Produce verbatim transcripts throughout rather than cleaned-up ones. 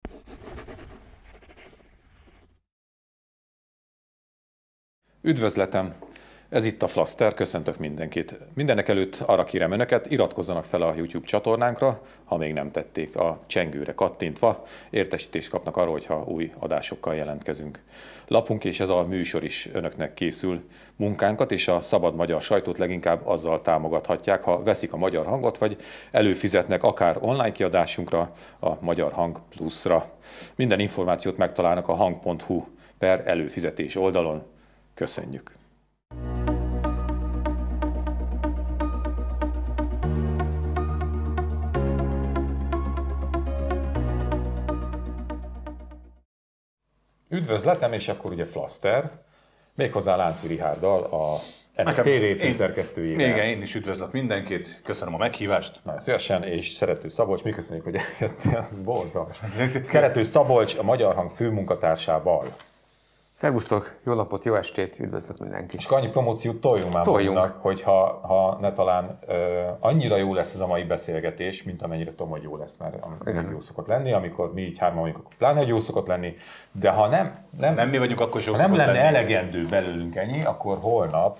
Üdvözletem! Ez itt a Flaster, köszöntök mindenkit. Mindenek előtt arra kérem önöket, iratkozzanak fel a YouTube csatornánkra, ha még nem tették, a csengőre kattintva. Értesítést kapnak arról, hogyha új adásokkal jelentkezünk. Lapunk és ez a műsor is önöknek készül. Munkánkat és a szabad magyar sajtót leginkább azzal támogathatják, ha veszik a Magyar Hangot, vagy előfizetnek akár online kiadásunkra, a Magyar Hang Pluszra. Minden információt megtalálnak a hang pont hu per előfizetés oldalon. Köszönjük! Üdvözletem, és akkor ugye Flaster, méghozzá Lánci Richárddal, a té vé főszerkesztőjével. Igen, én is üdvözlök mindenkit, köszönöm a meghívást. Nagyon szívesen, és Szerető Szabolcs, mi köszönjük, hogy eljöttél, az borzalmas. Szerető Szabolcs a Magyar Hang főmunkatársával. Szervusztok, jó napot, jó estét, üdvözlök mindenkit. És annyi promóciót toljunk már Toljunk. magunknak, hogyha ha ne talán uh, annyira jó lesz ez a mai beszélgetés, mint amennyire tudom, hogy jó lesz, mert amikor jó szokott lenni, amikor mi így hárman vagyunk, akkor pláne jó szokott lenni, de ha nem, nem, nem mi vagyunk, akkor jó ha nem lenne lenni. elegendő belőlünk ennyi, akkor holnap...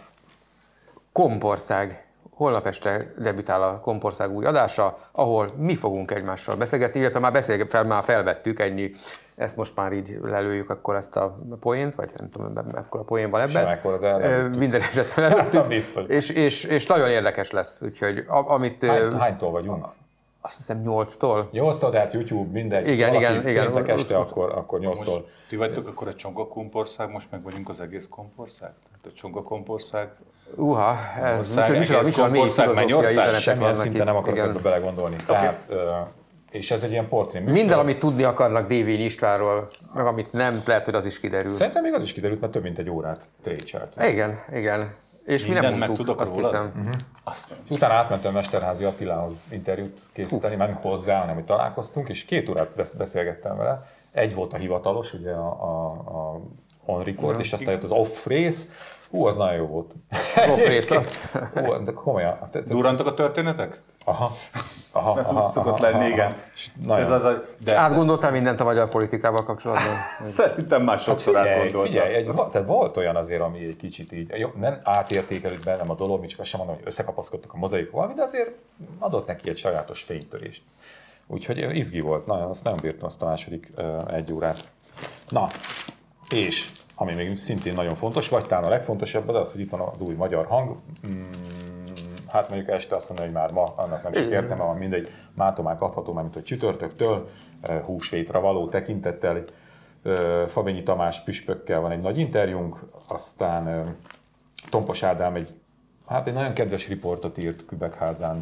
Kompország. Holnap este debütál a Kompország új adása, ahol mi fogunk egymással beszélgetni, illetve már, beszélge, fel, már felvettük ennyi, ezt most már így lelőjük akkor ezt a poént, vagy nem tudom, mekkora poén van ebben. Semmekkora, de lelőttük. Minden esetre lelőttük, és, és, és nagyon érdekes lesz, úgyhogy amit... Hány, hánytól vagyunk? Azt hiszem nyolctól. nyolctól, de hát YouTube, mindegy. Igen, igen, igen. Péntek este, akkor, akkor nyolctól. Most ti vagytok akkor a Csonga Kompország, most meg vagyunk az egész Kompország? Tehát a Csonga Kompország... Uha, ez ország, micsoda, micsoda mély filozófiai üzenetek semmilyen vannak szinten nem akarok igen. ebbe belegondolni. Okay. Tehát, és ez egy ilyen portré műsor. Minden, amit tudni akarnak Dévényi Istvánról, meg amit nem, lehet, hogy az is kiderül. Szerintem még az is kiderült, mert több mint egy órát trécseltünk. Igen, igen. És mi Minden nem mondtuk, meg tudok azt rólad? hiszem. Uh-huh. Azt nem. Utána átmentem Mesterházi Attilához interjút készíteni, nem hozzá, hanem hogy találkoztunk, és két órát beszélgettem vele. Egy volt a hivatalos, ugye a, a, a on record, ja, és aztán jött az off rész. Hú, az nagyon jó volt. Off rész, azt. Hú, de komolyan. Durrantak a történetek? Aha. Aha, Mert aha, szokott aha, lenni, aha, igen. Nagyon. Ez az a, de Átgondoltál mindent a magyar politikával kapcsolatban? szerintem már sokszor hát figyelj, átgondoltam. figyelj, egy, tehát volt olyan azért, ami egy kicsit így, jó, nem átértékelült bennem a dolog, mi csak azt sem mondom, hogy összekapaszkodtak a mozaik valami, de azért adott neki egy sajátos fénytörést. Úgyhogy izgi volt, nagyon, azt nem bírtam azt a második uh, egy órát. Na, és ami még szintén nagyon fontos, vagy talán a legfontosabb az az, hogy itt van az új Magyar Hang. Mm, hát mondjuk este azt mondani, hogy már ma, annak nem is értem, van mindegy, mától már kapható, már mint hogy csütörtöktől, húsvétra való tekintettel. Fabényi Tamás püspökkel van egy nagy interjúnk, aztán Tompos Ádám egy, hát egy nagyon kedves riportot írt Kübekházán.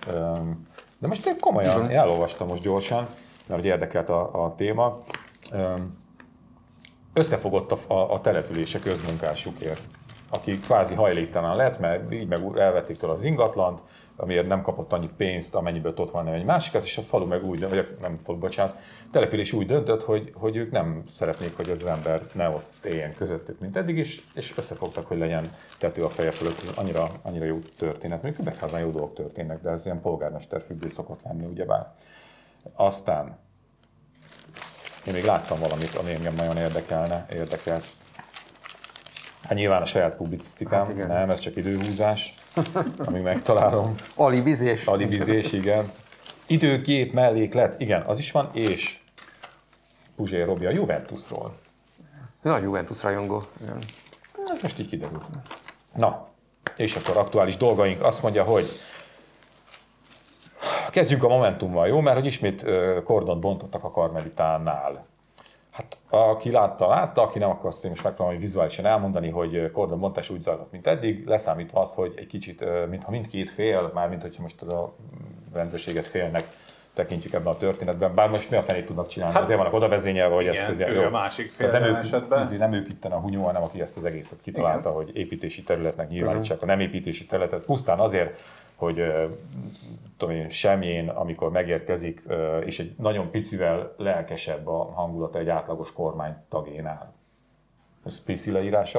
De most én komolyan, én elolvastam most gyorsan, mert érdekelt a, a téma. Összefogott a, a, a települése közmunkásukért, aki kvázi hajléktalan lett, mert így meg elvették tőle az ingatlant, amiért nem kapott annyi pénzt, amennyiből ott van egy másikat, és a falu meg úgy, vagy nem falu, bocsánat, a település úgy döntött, hogy, hogy ők nem szeretnék, hogy ez az ember ne ott éljen közöttük, mint eddig is, és összefogtak, hogy legyen tető a feje fölött. Ez annyira, annyira jó történet. Még Kübekházán jó dolgok történnek, de ez ilyen polgármester függő szokott lenni, ugyebár. Aztán én még láttam valamit, ami engem nagyon érdekelne, érdekelt. Hát nyilván a saját publicisztikám, hát nem, ez csak időhúzás, amíg megtalálom. Alibizés. Alibizés, igen. Időkép melléklet, igen, az is van, és Puzsér Robi a Juventusról. Nagy Juventus rajongó. Igen. Ez most így kiderült. Na, és akkor aktuális dolgaink. Azt mondja, hogy kezdjünk a Momentummal, jó? Mert hogy ismét kordont bontottak a Karmelitánál. Hát aki látta, látta, aki nem, akkor azt én most megpróbálom vizuálisan elmondani, hogy kordonbontás úgy zajlott, mint eddig, leszámítva az, hogy egy kicsit, mintha mindkét fél, mármint hogyha most a rendőrséget félnek tekintjük ebben a történetben, bár most mi a fenét tudnak csinálni, hát, azért vannak oda vezényelve, hogy ezt közé, ő a másik fél nem ők, esetben. Nem ők itten a hunyó, hanem aki ezt az egészet kitalálta, igen, hogy építési területnek nyilvánítsák a nem építési területet, pusztán azért, hogy tudom én, semmilyen, amikor megérkezik, és egy nagyon picivel lelkesebb a hangulata egy átlagos kormány tagénál. Ez P C leírása volt?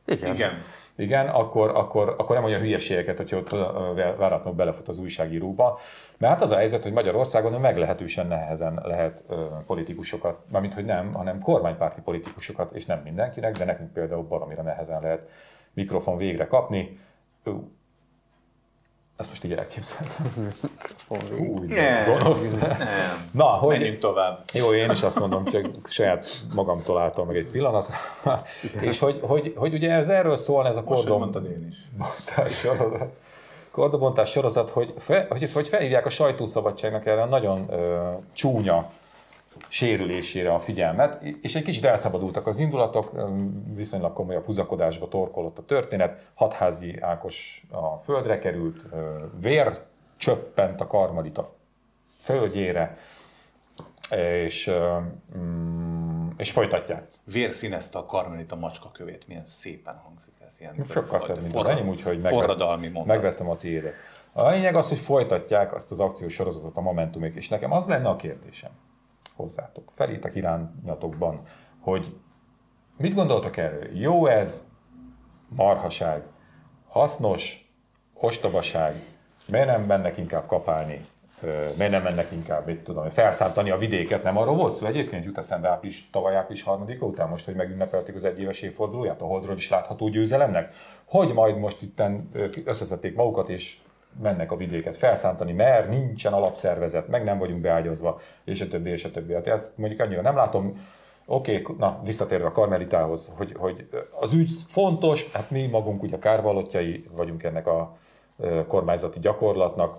Igen. Igen. Igen, akkor, akkor, akkor nem olyan hülyeségeket, hogyha ott váratlanul belefut az újságíróba. Mert hát az a helyzet, hogy Magyarországon meglehetősen nehezen lehet ö, politikusokat, mármint hogy nem, hanem kormánypárti politikusokat, és nem mindenkinek, de nekünk például baromira nehezen lehet mikrofon végre kapni. Ö, ezt most így elképzeltem. Úgy, Nem, gonosz. nem. Na, hogy... Menjünk tovább. Jó, én is azt mondom, csak saját magamtól álltam meg egy pillanatra. És hogy, hogy, hogy ugye ez erről szól, ez a Most, hogy kordon... mondtad én is. sorozat, kordobontás sorozat, hogy, fe, hogy, hogy felhívják a sajtószabadságnak erre a nagyon ö, csúnya sérülésére a figyelmet, és egy kicsit elszabadultak az indulatok, viszonylag komolyabb húzakodásba torkolott a történet, Hatházi Ákos a földre került, vér csöppent a Karmelita földjére, és, és folytatják. Vér színezte a Karmelita macskakövét, milyen szépen hangzik ez. Ilyen Sokkal szebb, mint az enyém, úgyhogy forradalmi megvet, megvettem a tiédet. A lényeg az, hogy folytatják azt az akciós sorozatot a Momentumék, és nekem az lenne a kérdésem hozzátok, felétek irányatokban, hogy mit gondoltak erről? Jó ez, marhaság, hasznos, ostobaság, miért nem mennek inkább kapálni, miért nem mennek inkább, mit tudom, felszántani a vidéket, nem arról volt szó? Egyébként jut eszembe április, tavaly április harmadika után, most, hogy megünnepelték az egyéves évfordulóját, a Holdról is látható győzelemnek, hogy majd most itten összeszedték magukat, és mennek a vidéket felszántani, mert nincsen alapszervezet, meg nem vagyunk beágyazva, és a többi, és a többi. Hát ezt mondjuk annyira nem látom. Oké, okay, na, visszatérve a Karmelitához, hogy, hogy az ügy fontos, hát mi magunk ugye kárvallottjai vagyunk ennek a kormányzati gyakorlatnak.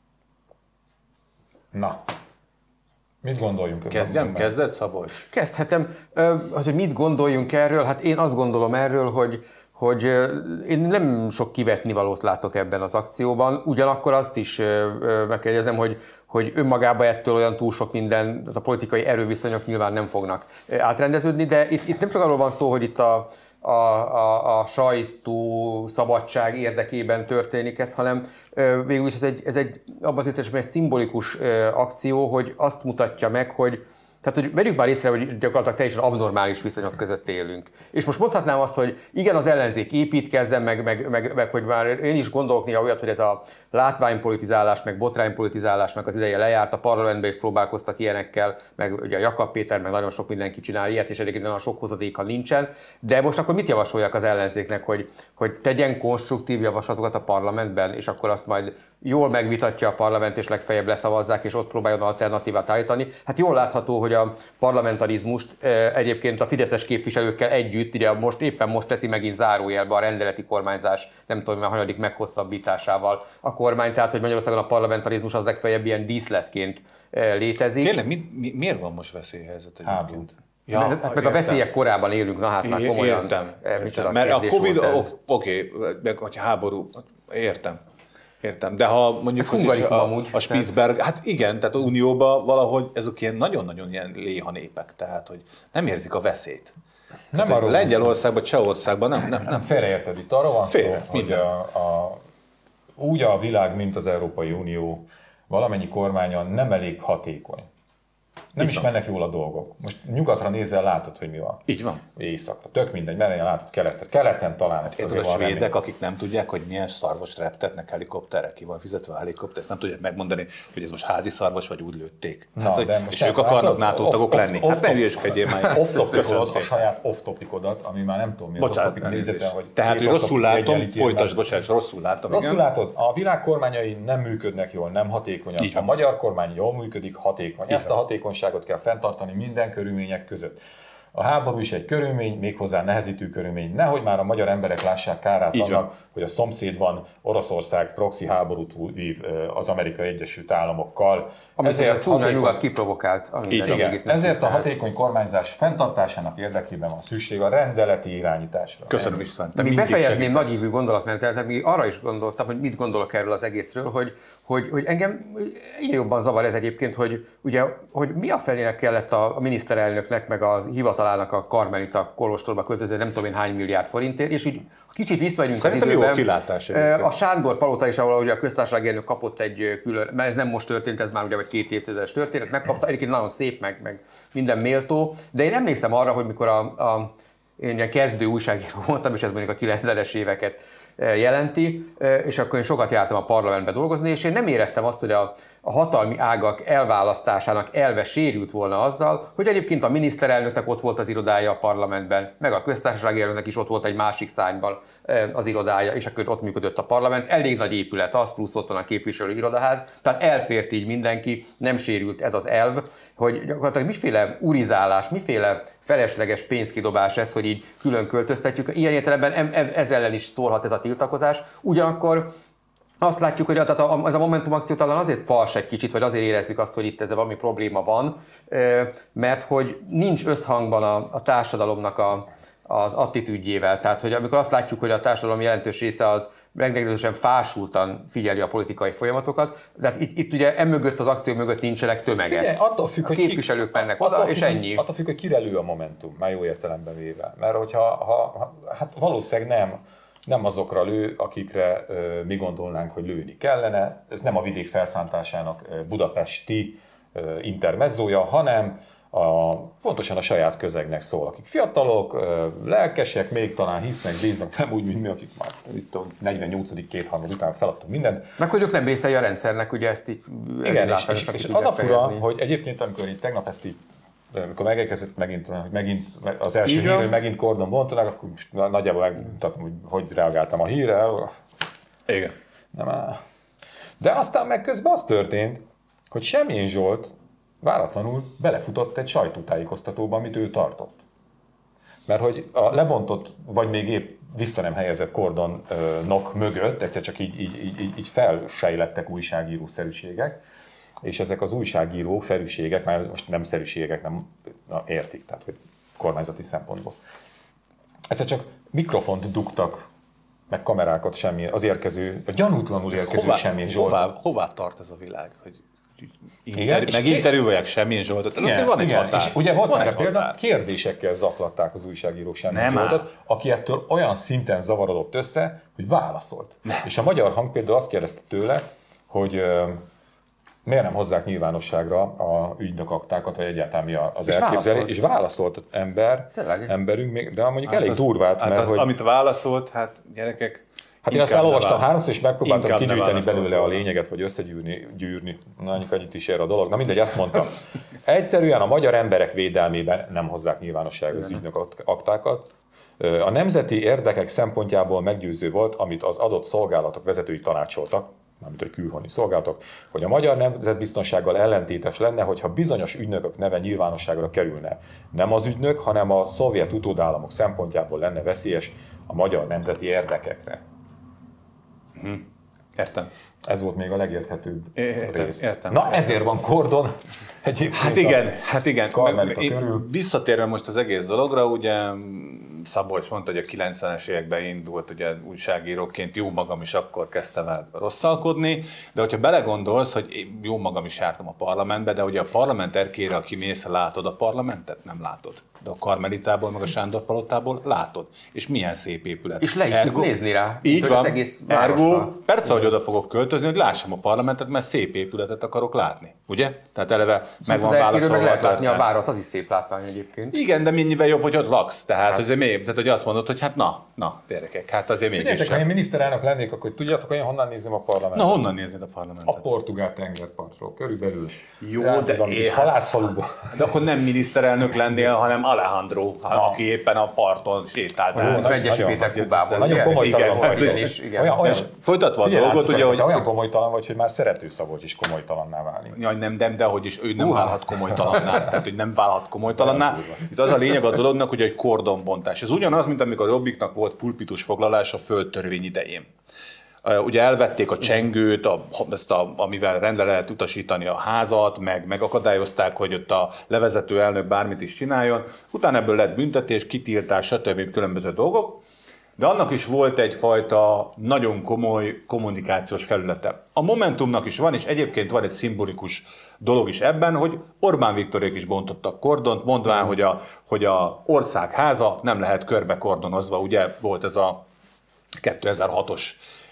Na, mit gondoljunk? Kezdjem, kezded, Szabolcs? Kezdhetem. Az, hogy mit gondoljunk erről, hát én azt gondolom erről, hogy hogy én nem sok kivetnivalót látok ebben az akcióban, ugyanakkor azt is megkérdezem, hogy, hogy önmagában ettől olyan túl sok minden, a politikai erőviszonyok nyilván nem fognak átrendeződni, de itt, itt nem csak arról van szó, hogy itt a, a, a, a sajtó szabadság érdekében történik ez, hanem végül is ez egy, ez egy abban az értelemben egy szimbolikus akció, hogy azt mutatja meg, hogy Tehát, hogy vegyük már észre, hogy gyakorlatilag teljesen abnormális viszonyok között élünk. És most mondhatnám azt, hogy igen, az ellenzék építkezzen, meg, meg, meg, meg hogy már én is gondolok néha olyat, hogy ez a látványpolitizálás, meg botránypolitizálásnak az ideje lejárt, a parlamentben is próbálkoztak ilyenekkel, meg ugye a Jakab Péter, meg nagyon sok mindenki csinál ilyet, és egyébként nagyon sok hozadéka nincsen. De most akkor mit javasoljak az ellenzéknek, hogy, hogy tegyen konstruktív javaslatokat a parlamentben, és akkor azt majd jól megvitatja a parlament, és legfeljebb leszavazzák, és ott próbáljon alternatívát állítani. Hát jól látható, hogy a parlamentarizmust egyébként a fideszes képviselőkkel együtt, ugye most éppen most teszi megint zárójelbe a rendeleti kormányzás, nem tudom, a hanyadik meghosszabbításával a kormány, tehát hogy Magyarországon a parlamentarizmus az legfeljebb ilyen díszletként létezik. Tényleg, mi, mi, miért van most veszélyhelyzet egyébként? Ja, hát meg értem. A veszélyek korában élünk, na hát már komolyan. Értem, értem. Mert a Covid, oké, okay, meg hogyha háború, értem. Értem, de ha mondjuk hogy a, amúgy, a Spitzberg, hát igen, tehát a Unióban valahogy ezek ilyen nagyon-nagyon ilyen léha népek, tehát hogy nem érzik a veszélyt. Nem tehát, arról Lengyelországban, Csehországban nem. nem, nem. Félreérted, itt arra van Félre, szó, hogy a, a, úgy a világ, mint az Európai Unió valamennyi kormánya nem elég hatékony. Nem Így is van. Mennek jól a dolgok. Most nyugatra nézzel, látod, hogy mi van. Így van. Északra. Tök mindegy, mert látod keleten. Keleten talán. Hát érted, a svédek, remény. Akik nem tudják, hogy milyen szarvast reptetnek helikopterre, ki van fizetve a helikopter, ezt nem tudják megmondani, hogy ez most házi szarvas, vagy úgy lőtték. Na, hát, de most és ők akarnak NATO tagok lenni. Off, hát ne hülyeskedjél már. Off-topikodat, a saját off-topikodat, ami már nem tudom mi. Bocsánat, nézete, hogy tehát, hogy rosszul látom, folytasd, bocsánat, rosszul látom. Rosszul látod, a világ kormányai nem működnek jól, nem hatékonyan. A magyar kormány jól működik, hatékony. Ezt a hatékonyságot kell fenntartani minden körülmények között. A háború is egy körülmény, méghozzá nehezítő körülmény. Nehogy már a magyar emberek lássák kárát Így annak, van. hogy a szomszédban Oroszország proxy háborút vív az Amerikai Egyesült Államokkal. Amit ezért a csúnya nyugat kiprovokált. Igen, ezért a hatékony kormányzás fenntartásának érdekében van szükség a rendeleti irányításra. Köszönöm István. Még befejezném nagyívű gondolatmenetet, még arra is gondoltam, hogy mit gondolok erről az egészről, hogy Hogy, hogy engem ilyen jobban zavar ez egyébként, hogy, ugye, hogy mi a felének kellett a, a miniszterelnöknek, meg az hivatalának a Karmelita kolostorba költözni, nem tudom én hány milliárd forintért, és így kicsit visszamegyünk Szerintem az időben. Jó kilátás. A Sándor palota is, ahol ugye a köztársasági elnök kapott egy külön, mert ez nem most történt, ez már ugye vagy két évtizedes történet, megkapta, egyébként nagyon szép, meg, meg minden méltó, de én emlékszem arra, hogy mikor a, a én ilyen kezdő újságíró voltam, és ez mondjuk a kilencvenes éveket jelenti, és akkor én sokat jártam a parlamentbe dolgozni, és én nem éreztem azt, hogy a, a hatalmi ágak elválasztásának elve sérült volna azzal, hogy egyébként a miniszterelnöknek ott volt az irodája a parlamentben, meg a köztársasági elnöknek is ott volt egy másik szárnyban az irodája, és akkor ott működött a parlament. Elég nagy épület az, plusz ott van a képviselő irodaház, tehát elfért így mindenki, nem sérült ez az elv, hogy gyakorlatilag miféle urizálás, miféle felesleges pénzkidobás ez, hogy így külön költöztetjük. Ilyen értelemben ez ellen is szólhat ez a tiltakozás. Ugyanakkor azt látjuk, hogy ez a Momentum akció talán azért fals egy kicsit, vagy azért érezzük azt, hogy itt ez valami probléma van, mert hogy nincs összhangban a, a társadalomnak a, az attitűdjével. Tehát, hogy amikor azt látjuk, hogy a társadalom jelentős része az meglehetősen fásultan figyeli a politikai folyamatokat, de hát itt, itt ugye emögött az akció mögött nincsenek tömegek. Figyelj, attól függ, a képviselők hogy mennek oda, és ennyi. Attól függ, hogy kire lő a Momentum, már jó értelemben véve. Mert hogyha, ha, hát valószínűleg nem, nem azokra lő, akikre uh, mi gondolnánk, hogy lőni kellene. Ez nem a vidék felszántásának uh, budapesti uh, intermezzója, hanem a, pontosan a saját közegnek szól, akik fiatalok, lelkesek, még talán hisznek, bíznak, nem úgy, mint mi, akik már itt a negyvennyolcadik kétharmad után feladtunk mindent. Meg hogy ők nem részei a rendszernek, ugye ezt így... Igen, és, és, és az a fura, hogy egyébként, amikor így tegnap ezt így, amikor megérkezett megint, hogy megint az első hír, hogy megint kordon bontanak, akkor most nagyjából megmutatom, hogy hogy reagáltam a hírre. Igen. Nem, de aztán meg közben az történt, hogy Semjén Zsolt váratlanul belefutott egy sajtótájékoztatóba, amit ő tartott. Mert hogy a lebontott, vagy még épp vissza nem helyezett kordonok mögött egyszer csak így, így, így, így felsejlettek újságíró-szerűségek, és ezek az újságíró-szerűségek, már most nem szerűségek, nem na, értik, tehát hogy kormányzati szempontból. Egyszer csak mikrofont dugtak, meg kamerákat Semjén, az érkező, a gyanútlanul érkező hová, Semjén Zsolt. Hová, hová tart ez a világ? Hogy Inter, igen, meg interjúolják Semjén Zsoltot. Igen, azért van egy igen, és ugye volt már például, kérdésekkel zaklatták az újságírók Semjén Zsoltot, aki ettől olyan szinten zavarodott össze, hogy válaszolt. Nem. És a Magyar Hang például azt kérdezte tőle, hogy uh, miért nem hozzák nyilvánosságra a ügynökaktákat, vagy egyáltalán mi az és elképzelés. Válaszolt. És válaszolt ember, emberünk, még, de mondjuk hát elég az, durvát. Hát mert, az, hogy... Amit válaszolt, hát gyerekek, hát én azt elolvastam háromszor, és megpróbáltam kigyűjteni belőle a lényeget, vagy összegyűrni, gyűrni. Na, annyit is ér a dolog. Na mindegy, azt mondtam. Egyszerűen a magyar emberek védelmében nem hozzák nyilvánosságra az ügynök aktákat. A nemzeti érdekek szempontjából meggyőző volt, amit az adott szolgálatok vezetői tanácsoltak, mármint hogy külhoni szolgálatok, hogy a magyar nemzetbiztonsággal ellentétes lenne, hogyha bizonyos ügynökök neve nyilvánosságra kerülne. Nem az ügynök, hanem a szovjet utódállamok szempontjából lenne veszélyes a magyar nemzeti érdekekre. Hm. Értem. Ez volt még a legérthetőbb értem, rész. Értem, Na értem. Ezért van kordon. Egyébként hát igen, hát igen. Körül. Visszatérve most az egész dologra, ugye Szabolcs mondta, hogy a kilencvenes években indult ugye újságíróként, jó magam is akkor kezdtem el rosszalkodni, de hogyha belegondolsz, hogy én jó magam is jártam a parlamentbe, de ugye a parlament erkére, aki mész, látod a parlamentet? Nem látod. De a Karmelitából, meg a Sándor palotából látod. És milyen szép épület. És le is tudsz nézni rá. Így van. Az egész Ergo, persze, hogy oda fogok költözni, hogy lássam a parlamentet, mert szép épületet akarok látni. Ugye? Tehát eleve meg van válaszolva. Meg lehet látni a várat, az is szép látvány egyébként. Igen, de mennyivel jobb, hogy ott laksz. Tehát, hát. azért még, tehát hogy azt mondod, hogy hát na, na, gyerekek, hát azért mégis. Figyeljetek, ha én miniszterelnök lennék, akkor tudjátok, hogy én honnan nézném a parlamentet? Na, honnan néznéd a parlamentet? A portugál tengerpartról, körülbelül. Jó, de és halászfaluba. De akkor nem miniszterelnök lennél, hanem Alejandro, na. aki éppen a parton sétált el. Vegyes Péter Kubából. Nagyon komolytalan vagy. Folytatva a dolgot, ugye, hogy... olyan komolytalan vagy, hogy már Szerető Szabolcs is komolytalanná válni. Jaj, nem, nem, de hogy is ő nem válhat komolytalanná. Tehát, hogy nem válhat komolytalanná. Itt az a lényeg a dolognak, hogy egy kordonbontás. Ez ugyanaz, mint amikor a Jobbiknak volt pulpitus foglalás a földtörvény idején. Ugye elvették a csengőt, a, ezt a, amivel rendre lehet utasítani a házat, meg megakadályozták, hogy ott a levezető elnök bármit is csináljon. Utána ebből lett büntetés, kitiltás, stb. Különböző dolgok. De annak is volt egyfajta nagyon komoly kommunikációs felülete. A Momentumnak is van, és egyébként van egy szimbolikus dolog is ebben, hogy Orbán Viktorék is bontottak kordont, mondván, hogy a, hogy a ország háza nem lehet körbe kordonozva. Ugye volt ez a kétezer-hatos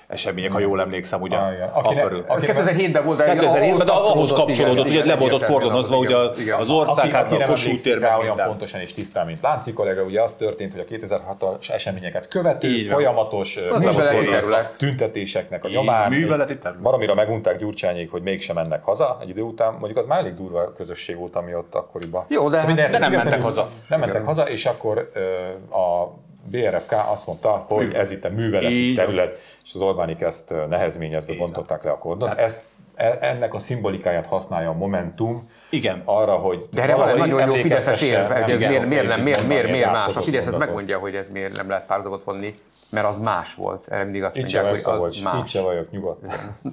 események, ha jól emlékszem, ugye. Az kétezer-hétben volt, kétezer-hétben, de ahhoz kapcsolódott, ugye le volt ott kordonozva ugye az ország, hát a Kossuth térben olyan pontosan és tisztán, mint Lánci kollega, ugye az történt, hogy a kétezer-hatos eseményeket követő, folyamatos tüntetéseknek a nyomán, valamire megunták Gyurcsányék, hogy mégsem mennek haza egy idő után, mondjuk az már elég durva a közösség volt, ami ott akkoriban. Jó, de, de, de nem mentek haza. Nem mentek haza, és akkor a bé er ef ká azt mondta, hogy ez itt a műveleti terület, és az Orbánik ezt nehezményezve bontották le a kordon. Ezt, ennek a szimbolikáját használja a Momentum. Igen. Arra, hogy de erre van egy nagyon jó fideszes érv, hogy ez miért, miért, nem, miért, miért, miért más. A Fidesz ezt megmondja, hogy ez miért nem lehet párhuzamot vonni, mert az más volt. Erre mindig azt mondják, hogy az más. Itt se vagyok nyugodtan.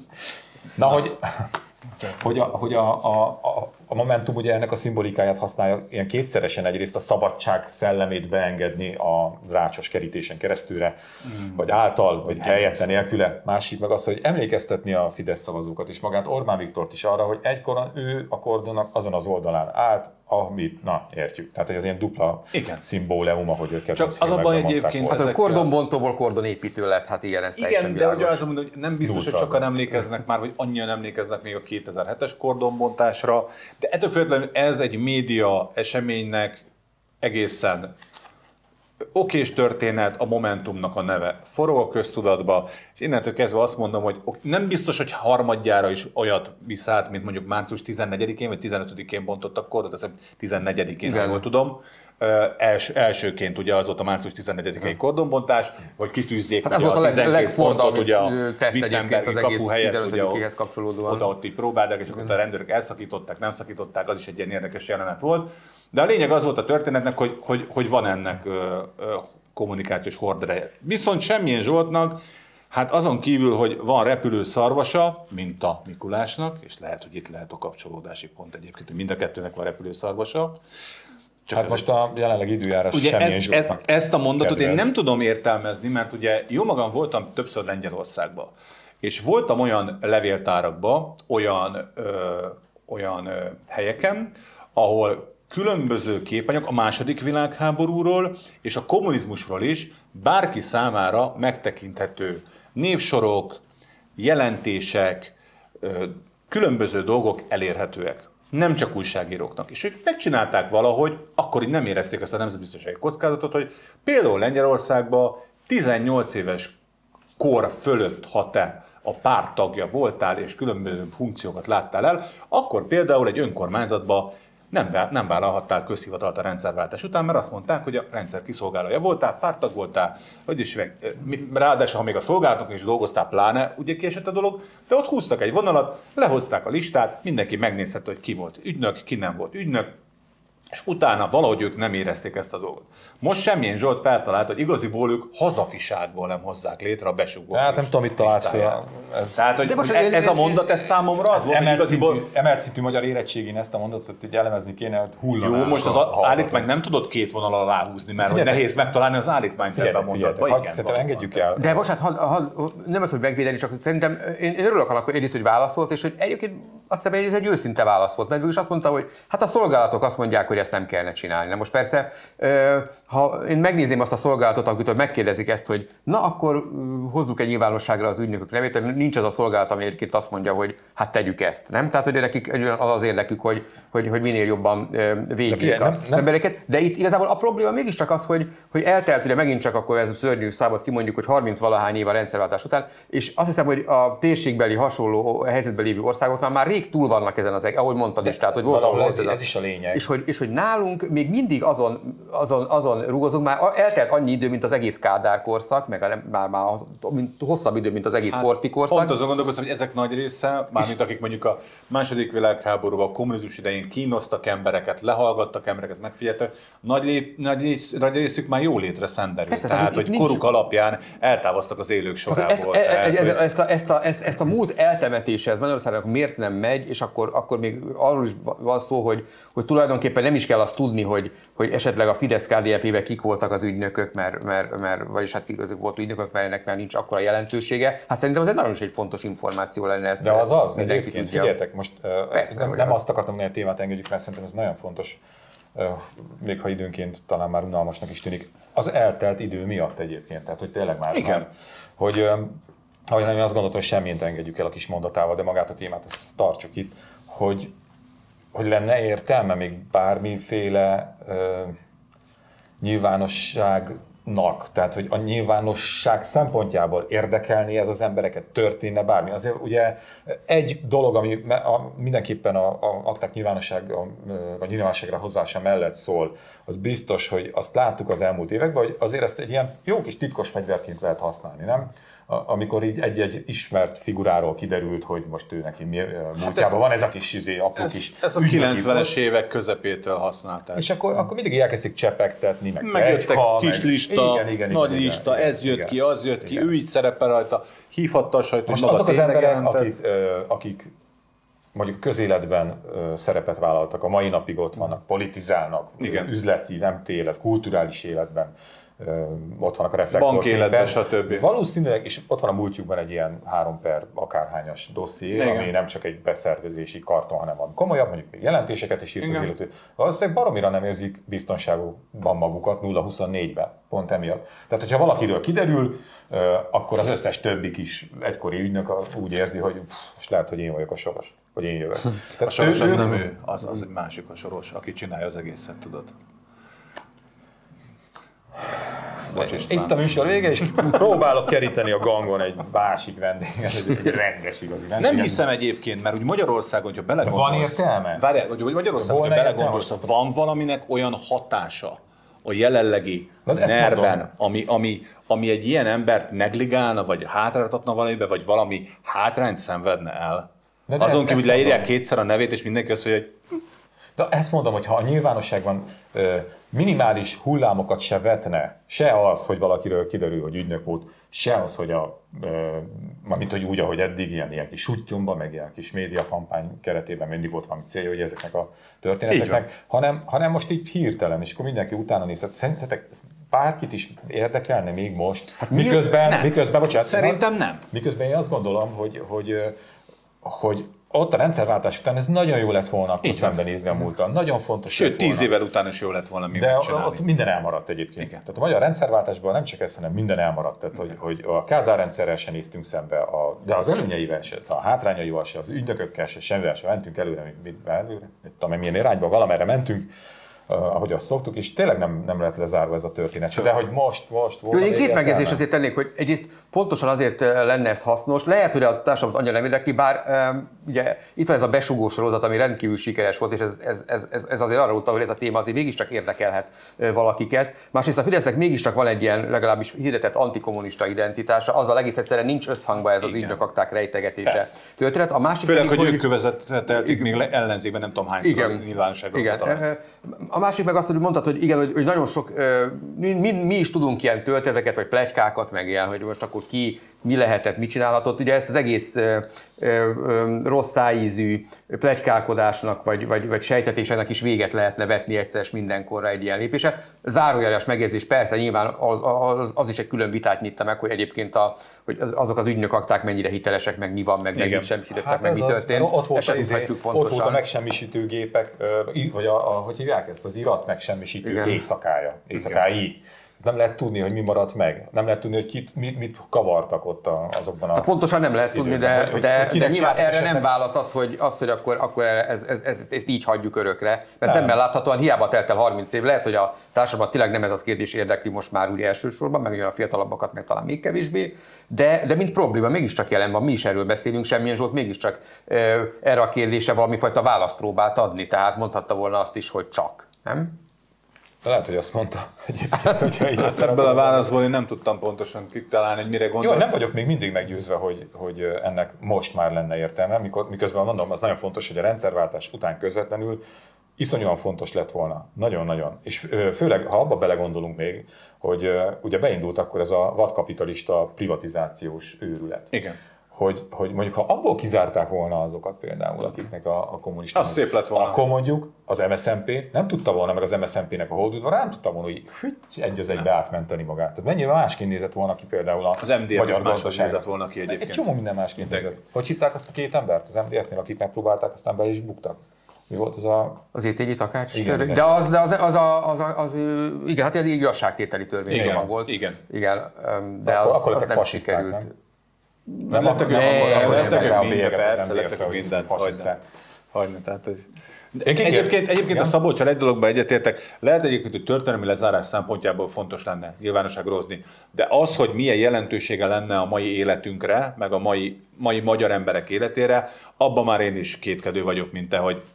Na, hogy... Hogy, a, hogy a, a, a Momentum ugye ennek a szimbolikáját használja ilyen kétszeresen, egyrészt a szabadság szellemét beengedni a rácsos kerítésen keresztülre, mm. vagy által, vagy helyette nélküle. Másik meg az, hogy emlékeztetni a Fidesz szavazókat és magát Orbán Viktort is arra, hogy egykoron ő a kordonnak azon az oldalán állt, amit, na értjük. Tehát ez ilyen dupla igen. szimbóleum, ahogy őket csak az a baj egyébként. Hát a kordonbontóból kordonépítő lett, hát igen, ez teljesen igen, de ugye az mondom, hogy nem biztos, hogy sokan emlékeznek már, vagy annyian emlékeznek még a kétezer-hetes kordonbontásra, de ettől függetlenül ez egy média eseménynek egészen okés történet, a Momentumnak a neve forog a köztudatba, és innentől kezdve azt mondom, hogy nem biztos, hogy harmadjára is olyat visz át, mint mondjuk március tizennegyedikén vagy tizenötödikén bontottak kordot, azt hiszem tizennegyedikén, ha jól tudom. Els, elsőként ugye az volt a március tizennegyedikei kordonbontás, hogy kitűzzék hát ugye a tizenkét pontot ugye a Wittenbergi kapu helyett, ugye oda ott így próbálták, és akkor a rendőrök elszakították, nem szakították, az is egy ilyen érdekes jelenet volt. De a lényeg az volt a történetnek, hogy, hogy, hogy van ennek ö, ö, kommunikációs hordereje. Viszont semmilyen Zsoltnak, hát azon kívül, hogy van repülő szarvasa, mint a Mikulásnak, és lehet, hogy itt lehet a kapcsolódási pont egyébként, hogy mind a kettőnek van repülő szarvasa. Csak hát most a jelenlegi időjárás ugye semmilyen ez, Zsoltnak ez, Ezt a mondatot kedvez. Én nem tudom értelmezni, mert ugye jó magam voltam többször Lengyelországban, és voltam olyan levéltárakban, olyan, ö, olyan ö, helyeken, ahol különböző képanyag a második világháborúról és a kommunizmusról is bárki számára megtekinthető névsorok, jelentések, különböző dolgok elérhetőek. Nem csak újságíróknak. És ők megcsinálták valahogy, akkor így nem érezték ezt a nemzetbiztonsági kockázatot, hogy például Lengyelországban tizennyolc éves kor fölött, ha te a párt tagja voltál és különböző funkciókat láttál el, akkor például egy önkormányzatban Nem, nem vállalhattál közhivatalt a rendszerváltás után, mert azt mondták, hogy a rendszer kiszolgálója voltál, párttag voltál, hogy is, ráadásul, ha még a szolgálatok is dolgoztál, pláne, ugye kiesett a dolog, de ott húztak egy vonalat, lehozták a listát, mindenki megnézhette, hogy ki volt ügynök, ki nem volt ügynök, és utána valahogy ők nem érezték ezt a dolgot. Most semmilyen Zsolt feltalált, hogy igaziból ők hazafiságból nem hozzák létre a besugó. Hát nem tudom, mit talált fel. Ez, Tehát, hogy most ez, ez a mondat, ez számomra az volt, hogy igaziból... Emelt szintű magyar érettségén ezt a mondatot, hogy elemezni kéne, hogy hullaná. Jó, most az állítmányt nem tudod két vonal alá húzni, mert hogy nehéz megtalálni az állítmányt ebben a mondatban. Szerintem engedjük el. De bocsánat, ha, ha, nem az, hogy megvédeni, csak szerintem én, én örülök annak, hogy egyrészt, hogy válaszolt, és hogy egyébként azt hiszem, hogy ez egy őszinte válasz volt, mert is azt mondta, hogy hát a szolgálatok azt mondják, hogy ezt nem kellene csinálni. Na most persze, ha én megnézném azt a szolgálatot, akitől megkérdezik ezt, hogy na akkor hozzuk egy nyilvánosságra az ügynökök nevét, nincs az a szolgálat, ami egyébként azt mondja, hogy hát tegyük ezt. Nem? Tehát, hogy nekik az az érdekük, hogy, hogy, hogy minél jobban védjék az embereket. De itt igazából a probléma mégiscsak az, hogy, hogy eltelt, ugye megint csak akkor ez szörnyű számot kimondjuk, hogy harminc-valahány év a rendszerváltás után, és azt hiszem, hogy a térségbeli hasonló helyzetben lévő országok már rég túl vannak ezen az, ahogy mondtad is, tehát hogy volt, valahol ez, ez is a lényeg. És hogy, és hogy nálunk még mindig azon, azon, azon rúgozunk, már eltelt annyi idő, mint az egész Kádár korszak, meg a, már, már mint, hosszabb idő, mint az egész hát, Horthy korszak. Pont azon gondolkoztam, hogy ezek nagy része, mármint akik mondjuk a második világháborúban, a kommunizmus idején kínoztak embereket, lehallgattak embereket, megfigyeltek, nagy, lép, nagy, légy, nagy részük már jó létre szenderült. Persze, tehát, hogy nincs... koruk alapján eltávoztak az élők sorából. Ezt, tehát, ezt, hogy... ezt, a, ezt, a, ezt, ezt a múlt eltemetése, ez Magyarországnak miért nem megy, és akkor, akkor még arról is van szó, hogy, hogy tulajdonképpen nem is kell azt tudni, hogy, hogy esetleg a Fidesz-ká dé en pé-ben kik voltak az ügynökök, mert, mert, mert, vagyis hát kik volt ügynökök, mert ennek már nincs akkora jelentősége. Hát szerintem az egy nagyon is egy fontos információ lenne ez. De az az, egyébként figyeljetek, most persze, nem, nem azt akartam, hogy a témát engedjük, mert szerintem ez nagyon fontos, még ha időnként talán már unalmasnak is tűnik, az eltelt idő miatt egyébként, tehát hogy tényleg már igen. Van, hogy ahogy nem, én azt gondoltam, hogy semmit engedjük el a kis mondatával, de magát a témát azt tartsuk itt, hogy, hogy lenne értelme még bármiféle ö, nyilvánosságnak, tehát hogy a nyilvánosság szempontjából érdekelni ez az embereket, történne bármi. Azért ugye egy dolog, ami a, mindenképpen a, a akták nyilvánosság, a, a nyilvánosságra hozzása mellett szól, az biztos, hogy azt láttuk az elmúlt években, hogy azért ezt egy ilyen jó kis titkos fegyverként lehet használni, nem? Amikor így egy-egy ismert figuráról kiderült, hogy most ő neki múltjában hát van ez a kis izé, apró ez, kis ez a kilencvenes évek közepétől használták. És akkor, akkor mindig elkezdték csepegtetni, meg megjöttek egyha, kis meg... lista, igen, igen, nagy igen, lista, igen, ez jött igen, ki, az jött igen. ki, ő így szerepel rajta, hívhatta a sajtó, most azok az emberek, akik, akik mondjuk közéletben szerepet vállaltak, a mai napig ott vannak, politizálnak, igen. üzleti, nem élet, kulturális életben, ott vannak a reflektorfényben, stb. Valószínűleg, és ott van a múltjukban egy ilyen három per akárhányas dosszié, igen. ami nem csak egy beszervezési karton, hanem van komolyabb, mondjuk még jelentéseket is írt igen. az illető. Valószínűleg baromira nem érzik biztonságban magukat nulla huszonnégyben, pont emiatt. Tehát, hogyha valakiről kiderül, akkor az összes többi kis egykori ügynök úgy érzi, hogy pff, most lehet, hogy én vagyok a Soros, hogy én jövök. Tehát a Soros az nem ő, az, az egy másik a Soros, aki csinálja az egészet, tudod. Itt a műsor vége, és próbálok keríteni a gangon egy másik vendéget, egy, egy rendes igazi vendéget. Nem hiszem egyébként, mert úgy Magyarországon, hogyha belegondolsz... Van értelme? Várjál, hogy Magyarországon, hogyha belegondolsz, van valaminek olyan hatása a jelenlegi nerben, ami, ami, ami egy ilyen embert negligálna, vagy hátráltatna valamibe, vagy valami hátrányt szenvedne el. De de azon kívül, hogy leírják kétszer a nevét, és mindenki azt mondja, hogy... De ezt mondom, hogy ha a nyilvánosságban ö, minimális hullámokat se vetne, se az, hogy valakiről kiderül, hogy ügynök volt, se az, hogy a, ö, mint hogy úgy, ahogy eddig, ilyen, ilyen kis sutyomban, meg ilyen kis médiakampány keretében mindig volt valami célja, hogy ezeknek a történeteknek, hanem, hanem most így hirtelen, és akkor mindenki utána nézett. Szerintetek bárkit is érdekelne még most? Hát miközben, nem. miközben, bocsánat, szerintem nem. Miközben én azt gondolom, hogy, hogy, hogy ott a rendszerváltás után ez nagyon jó lett volna akkor szembenézni a múltan. Nagyon fontos. Sőt, tíz évvel után is jó lett volna még de megcsinálni. Ott minden elmaradt egyébként. Igen. Tehát a magyar rendszerváltásban nem csak ez, hanem minden elmaradt. Tehát, hogy, hogy a Kádár rendszerrel se néztünk szembe, a, de az előnyeivel se, a hátrányaival se, az ügynökökkel se, semmivel se mentünk előre, mit, előre, mit tudom, milyen irányba, valamerre mentünk. Uh, ahogy azt szoktuk, és tényleg nem, nem lett lezárva ez a történet. Sőt. De hogy most, most volna. Én két megjegyzést azért tennék, hogy egyrészt pontosan azért lenne ez hasznos. Lehet, hogy a társadalmat annyira nem érdekli, bár um, ugye itt van ez a besugó sorozat, ami rendkívül sikeres volt, és ez, ez, ez, ez, ez azért arra utal, hogy ez a téma azért mégiscsak érdekelhet uh, valakiket. Másrészt a Fidesznek mégiscsak van egy ilyen legalábbis hirdetett antikommunista identitása, azzal egész egyszerűen nincs összhangban ez az ügynökakták rejtegetése történet. A másik főleg, hogy, hogy ők kövezetelték még ellenzékben, nem tudom hányszor nyilvánosságra. A másik meg azt, hogy mondtad, hogy igen, hogy, hogy nagyon sok, mi, mi, mi is tudunk ilyen történeteket, vagy pletykákat, meg ilyen, hogy most akkor ki, mi lehetett, mit csinálhatott. Ugye ezt az egész ö, ö, rossz szájízű pletykálkodásnak, vagy, vagy, vagy sejtetésnek is véget lehetne vetni egyszer mindenkorra egy ilyen lépése. Zárójeles megjegyzés, persze nyilván az, az, az is egy külön vitát nyitta meg, hogy egyébként a, hogy azok az ügynökakták mennyire hitelesek, meg mi van, meg meg semmisítettek, hát meg mi történt. Az, ott, volt a, izé, ott volt a megsemmisítő gépek, vagy a, a, hogy hívják ezt, az irat megsemmisítő igen. éjszakája, éjszakái. Nem lehet tudni, hogy mi maradt meg. Nem lehet tudni, hogy kit, mit, mit kavartak ott azokban a... Hát pontosan nem lehet tudni, de, hogy, de, hogy de nyilván erre esetleg... nem válasz az, hogy, az, hogy akkor, akkor ez, ez, ez, ezt így hagyjuk örökre. Mert szemben láthatóan hiába telt el harminc év, lehet, hogy a társadalmat tényleg nem ez az kérdés érdekli most már úgy elsősorban, meg a fiatalabbakat meg talán még kevésbé, de, de mint probléma mégiscsak jelen van, mi is erről beszélünk, Semmilyen Zsolt mégiscsak e, erre a kérdésre valami fajta választ próbált adni, tehát mondhatta volna azt is, hogy csak, nem? De lehet, hogy azt mondta egyébként, hogyha így azt ebből a válaszból én nem tudtam pontosan kitalálni, hogy mire gondolt. Jó, nem vagyok még mindig meggyőzve, hogy, hogy ennek most már lenne értelme, mikor, miközben mondom, az nagyon fontos, hogy a rendszerváltás után közvetlenül iszonyúan fontos lett volna. Nagyon-nagyon. És főleg, ha abba belegondolunk még, hogy ugye beindult akkor ez a vadkapitalista privatizációs őrület. Igen. Hogy, hogy mondjuk, ha abból kizárták volna azokat például, akiknek a, a kommunista... Az szép lett volna. Akkor mondjuk az em es zé em pé nem tudta volna, meg az em es zé em pének a holdudvar nem tudta volna, hogy hügy, egy az egybe átmenteni magát. Tehát mennyire másként nézett volna ki például a az em dé ef magyar másként nézett volna ki egyébként. Egy csomó minden másként nézett. Hogy hívták azt a két embert az em dé ef-nél, akik megpróbálták, aztán be is buktak? Mi volt az a... Az é té gé Takács? Igen, igen. De az, de az, az, a, az, a, az, igen, hát egy igazságtételi törvénycsomag volt. Igen. Igen, de akkor, az, akkor az nem sikerült. Nem? Nem lettek mindent, persze, lettek mindent, hagyni. Tehát ez... Egyébként, egyébként a Szabolccsal egy dologban egyetértek, lehet egyébként, hogy történelmi lezárás szempontjából fontos lenne nyilvánosságra hozni, de az, hogy milyen jelentősége lenne a mai életünkre, meg a mai, mai magyar emberek életére, abban már én is kétkedő vagyok, mint te, hogy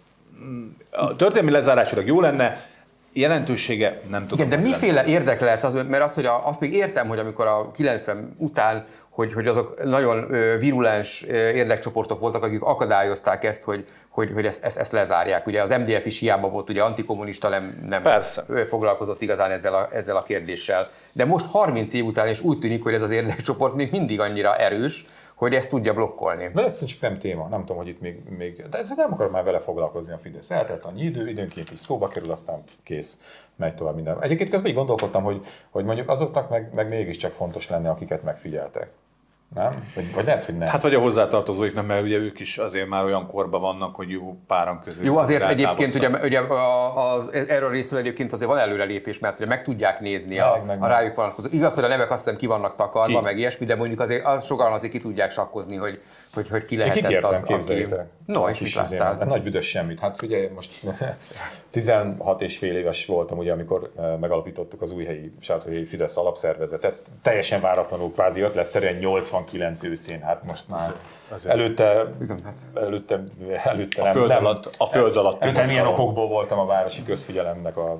a történelmi lezárásra jó lenne, jelentősége nem tudom. Igen, de miféle lenne. Érdek lehet az, mert azt, hogy a, azt még értem, hogy amikor a kilencven után, hogy, hogy azok nagyon virulens érdekcsoportok voltak, akik akadályozták ezt, hogy, hogy, hogy ezt, ezt, ezt lezárják. Ugye az em dé ef is hiába volt, ugye antikommunista, nem, nem foglalkozott igazán ezzel a, ezzel a kérdéssel. De most harminc év után is úgy tűnik, hogy ez az érdekcsoport még mindig annyira erős, hogy ezt tudja blokkolni. De egyszerűen csak nem téma, nem tudom, hogy itt még, még de nem akarom már vele foglalkozni a Fidesz. Eltelt annyi idő, időnként is szóba kerül, aztán kész, megy tovább minden. Egyébként közben így gondolkodtam, hogy, hogy mondjuk azoknak meg, meg mégiscsak fontos lenne, akiket megfigyeltek. Nem? Vagy, vagy lehet, hogy nem. Hát vagy a hozzátartozóik nem, mert ugye ők is azért már olyan korban vannak, hogy jó páran közül. Jó, azért egyébként ugye, ugye az, erről a részről egyébként azért van előrelépés, mert ugye meg tudják nézni a, meg, meg, a rájuk vonatkozó. Igaz, hogy a nevek azt hiszem ki vannak takarva, ki? Meg ilyesmi, de mondjuk azért az sokan azért ki tudják sakkozni, hogy, hogy, hogy ki lehetett kikértem, az, aki... No, és mit láttál? Azért, nagy büdös semmit. Hát figyelj, most tizenhat és fél éves voltam, ugye, amikor megalapítottuk az újhelyi Sátorhelyi Fidesz alapszervezetet. Teljesen váratlanul kvázi ötletszerűen nyolcvankilenc őszén, hát most már azért. Előtte, előtte, előtte a nem, föld nem, alatt, a föld alatt előtte milyen okokból voltam a városi közfigyelemnek a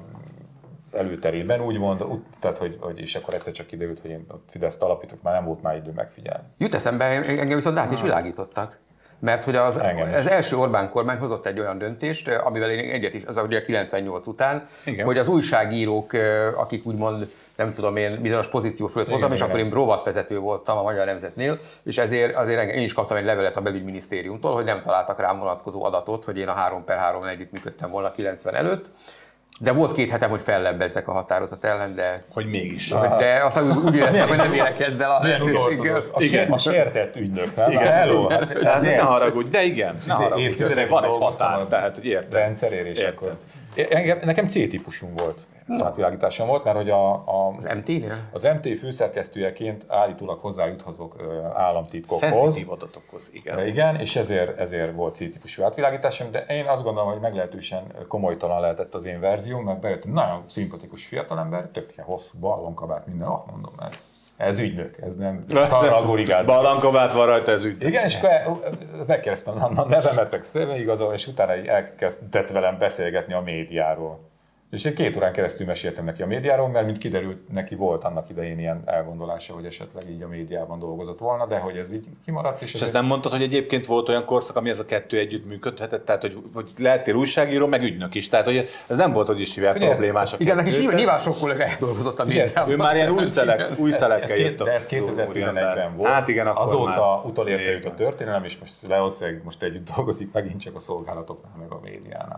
előterében, úgymond, tehát, hogy, hogy és akkor egyszer csak kiderült, hogy én a Fideszt alapítok, már nem volt már idő megfigyelni. Jut eszembe, engem viszont át is világítottak. Mert hogy az, az első Orbán kormány hozott egy olyan döntést, amivel én egyet is, az ugye kilencvennyolc után, igen. Hogy az újságírók, akik úgymond, nem tudom én, bizonyos pozíció fölött igen, voltam, igen, és igen. Akkor én rovatvezető voltam a Magyar Nemzetnél, és ezért azért én is kaptam egy levelet a belügyminisztériumtól, hogy nem találtak rám vonatkozó adatot, hogy én a három per háromon együtt működtem volna kilencven előtt. De volt két hetem, hogy fellebbezzek a határozat ellen, de... Hogy mégis. De aztán úgy, úgy éreztem, hogy nem élek ezzel a lehetőséggel. A sértett ügynök, nem? Igen. Hello, hát ez ne haragudj, de igen, ne haragudj. Van egy határ, tehát hogy érted. Rendszerérés akkor. Nekem C-típusunk volt. No. Átvilágításom volt, mert hogy a, a, az em té-nél? Az em té főszerkesztőjeként állítólag hozzájuthatok államtitkokhoz. Szenzitív adatokhoz, igen. Igen, és ezért, ezért volt C-típusú átvilágításom, de én azt gondolom, hogy meglehetősen komolytalan lehetett az én verzióm, mert bejött egy nagyon szimpatikus fiatalember, tök ilyen hosszú ballonkabát, minden, ah, mondom, ez, ez ügynök, ez nem tarragorigáz. Ballonkabát van rajta, ez ügynök. Igen, és akkor megkérdeztem a nevemet, meg személyigazolom, és utána elkezdett velem beszélgetni a médiáról. És én két órán keresztül meséltem neki a médiáról, mert mint kiderült, neki volt annak idején ilyen elgondolása, hogy esetleg így a médiában dolgozott volna, de hogy ez így kimaradt. És, és ezt nem mondtad, hogy egyébként volt olyan korszak, ami ez a kettő együtt működhetett, tehát hogy, hogy lehettél újságíró, meg ügynök is, tehát hogy ez nem volt, hogy is hívják problémás. Igen, neki is nyilván sok kollégája dolgozott a médiában. Ő már ilyen új, szelek, új szelekkel jött. De ez kétezer-tizenegyben volt, hát igen, azóta utolérte őt a történelem, és most Leoszeg most együtt dolgozik megint csak a szolgálatoknál, meg a médiánál.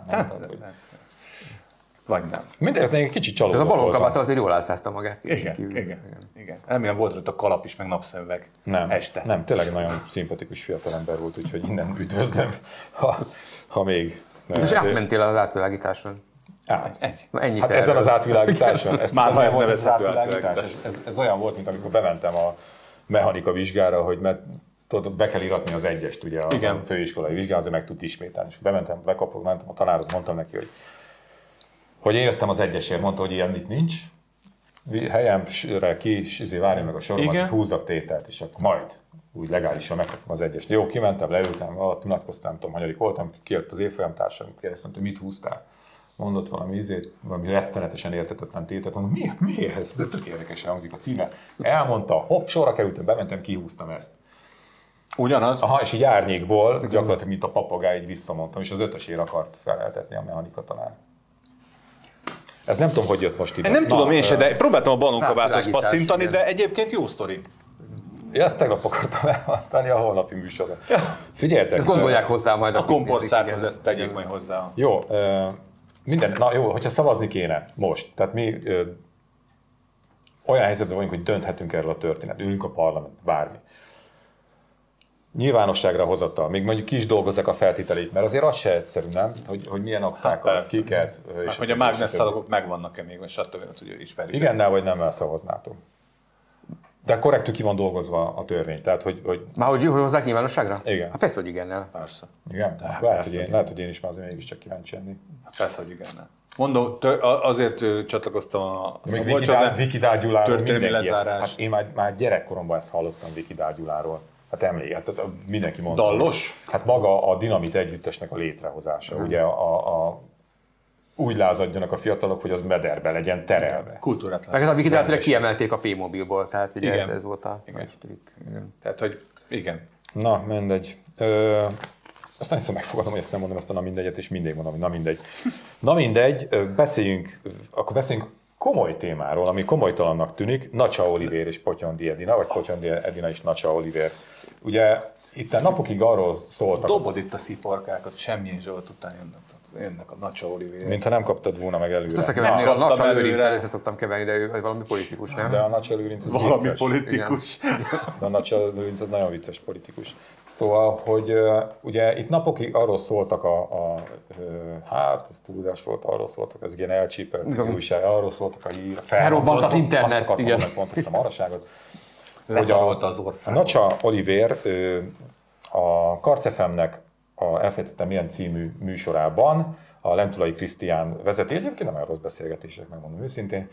Vagy nem. Mindent egy kicsit csalódott voltam. A ballonkabát azért jól álcázta magát. Igen, igen, igen, igen. Remélem volt ott a kalap is, meg napszemüveg nem, este. Nem, tényleg nagyon szimpatikus fiatalember volt, úgyhogy innen üdvözlöm, ha, ha még. És átmentél az átvilágításon? Át. Ennyi. Ennyi hát ezen az átvilágításon? Ezt már ha ez nevezhető átvilágítás. Ez, ez, ez olyan volt, mint amikor bementem a mechanika vizsgára, hogy mert tudod, be kell iratni az egyest, ugye a igen. főiskolai vizsgára, azért meg tud ismételni. És bementem, bekapok, mentem a tanárhoz, mondtam neki, hogy hogy én jöttem az egyesért, mondta, hogy ilyen itt nincs, helyemre ki, és várja meg a soromat, hogy húzzak tételt, és akkor majd úgy legálisan megkapom az egyest. Jó, kimentem, leültem, alatt unatkoztam, nem tudom, hanyadik voltam, kijött az évfolyamtársam, kérdeztem, hogy mit húztál. Mondott valami ízét, valami rettenetesen értetetlen tételt, mondom, mi, mi ez? De tök érdekesen hangzik a címe. Elmondta, hopp, sorra kerültem, bementem, kihúztam ezt. Ugyanaz? Aha, és így árnyékból, gyakorlatilag, mint a papagáj, így visszamondtam, és az ötösért akart feleltetni a mechanika tanár. Ez nem tudom, hogy jött most ide. Én nem Na, tudom én se, de próbáltam a ballonkabáthoz passzintani, de egyébként jó sztori. Ja, azt tegnap akartam elmondani a holnapi műsorban. Ja. Figyeljetek! Ezt gondolják hozzá majd. A komposztárhoz ezt tegyék majd hozzá. Jó, minden, na jó, hogyha szavazni kéne most, tehát mi ö, olyan helyzetben vagyunk, hogy dönthetünk erről a történetről, ülünk a parlament, bármi. Nyilvánosságra hozattal, még mondjuk ki is dolgozzák a feltételeit, mert azért az se egyszerű, nem? Hogy, hogy milyen aktákat, hát kiket. És hogy a mágnesszalagok megvannak-e még, vagy stb. Hogy ismerjük. Igennel vagy nemmel szavaznátok? De korrektül ki van dolgozva a törvény, tehát hogy... hogy... Már hogy hozzák nyilvánosságra? Igen. Hát persze, hogy igennel. Persze. Igen? De, lehet, persze, hogy én, lehet, hogy én is már azért mégiscsak kíváncsi lenni. Persze, hogy igennel. Mondom, tör, azért csatlakoztam a Vikidál Gyuláról történelmi lezárás. Hát én már, már gyerekkoromban ezt hallottam Vikidál Gyuláról. Hát emléket, tehát mindenki mondta. Dallos? Hát maga a Dinamit együttesnek a létrehozása. Hmm. Ugye a, a, úgy lázadjanak a fiatalok, hogy az mederbe legyen terelve. Kultúrátlan. Meg a Wikidált kiemelték a P-mobilból, tehát ugye ez, ez volt a igen. nagy trükk. Igen. Tehát, hogy igen. Na, mindegy. Ö, azt nem hiszem megfogadom, hogy ezt nem mondom, ezt a na mindegyet, és mindig mondom, hogy na mindegy. Na mindegy, beszéljünk, akkor beszéljünk komoly témáról, ami komolytalannak tűnik, Nacsa Olivér és Potyondi Edina, vagy Potyondi Edina és Nacsa Olivér. Ugye itt a napokig arról szóltak... Dobod itt a sziporkákat, semmilyen Zsolt után jönnek, jönnek a Nacsa Olivér. Mintha nem kaptad volna meg előre. Ezt összekeverni, a Nacsa Lőrincel össze szoktam keverni, de ő valami politikus, nem? De a Nacsa Lőrinc az valami vicces. politikus. De a Nacsa Lőrinc az nagyon vicces politikus. Szóval, hogy uh, ugye itt napokig arról szóltak a, a uh, hát ez túlzás volt, arról szóltak, ez ilyen elcsípelt az újság, arról szóltak a hír. Felrobbant az internet, azt akartam igen. volna, pont ezt a maraságot. Hogy a, az ország. Nacsa Olivér uh, a Karc ef em-nek a elfejtettem milyen című műsorában a Lentulai Krisztián vezeti, egyébként nem olyan rossz beszélgetések, megmondom őszintén.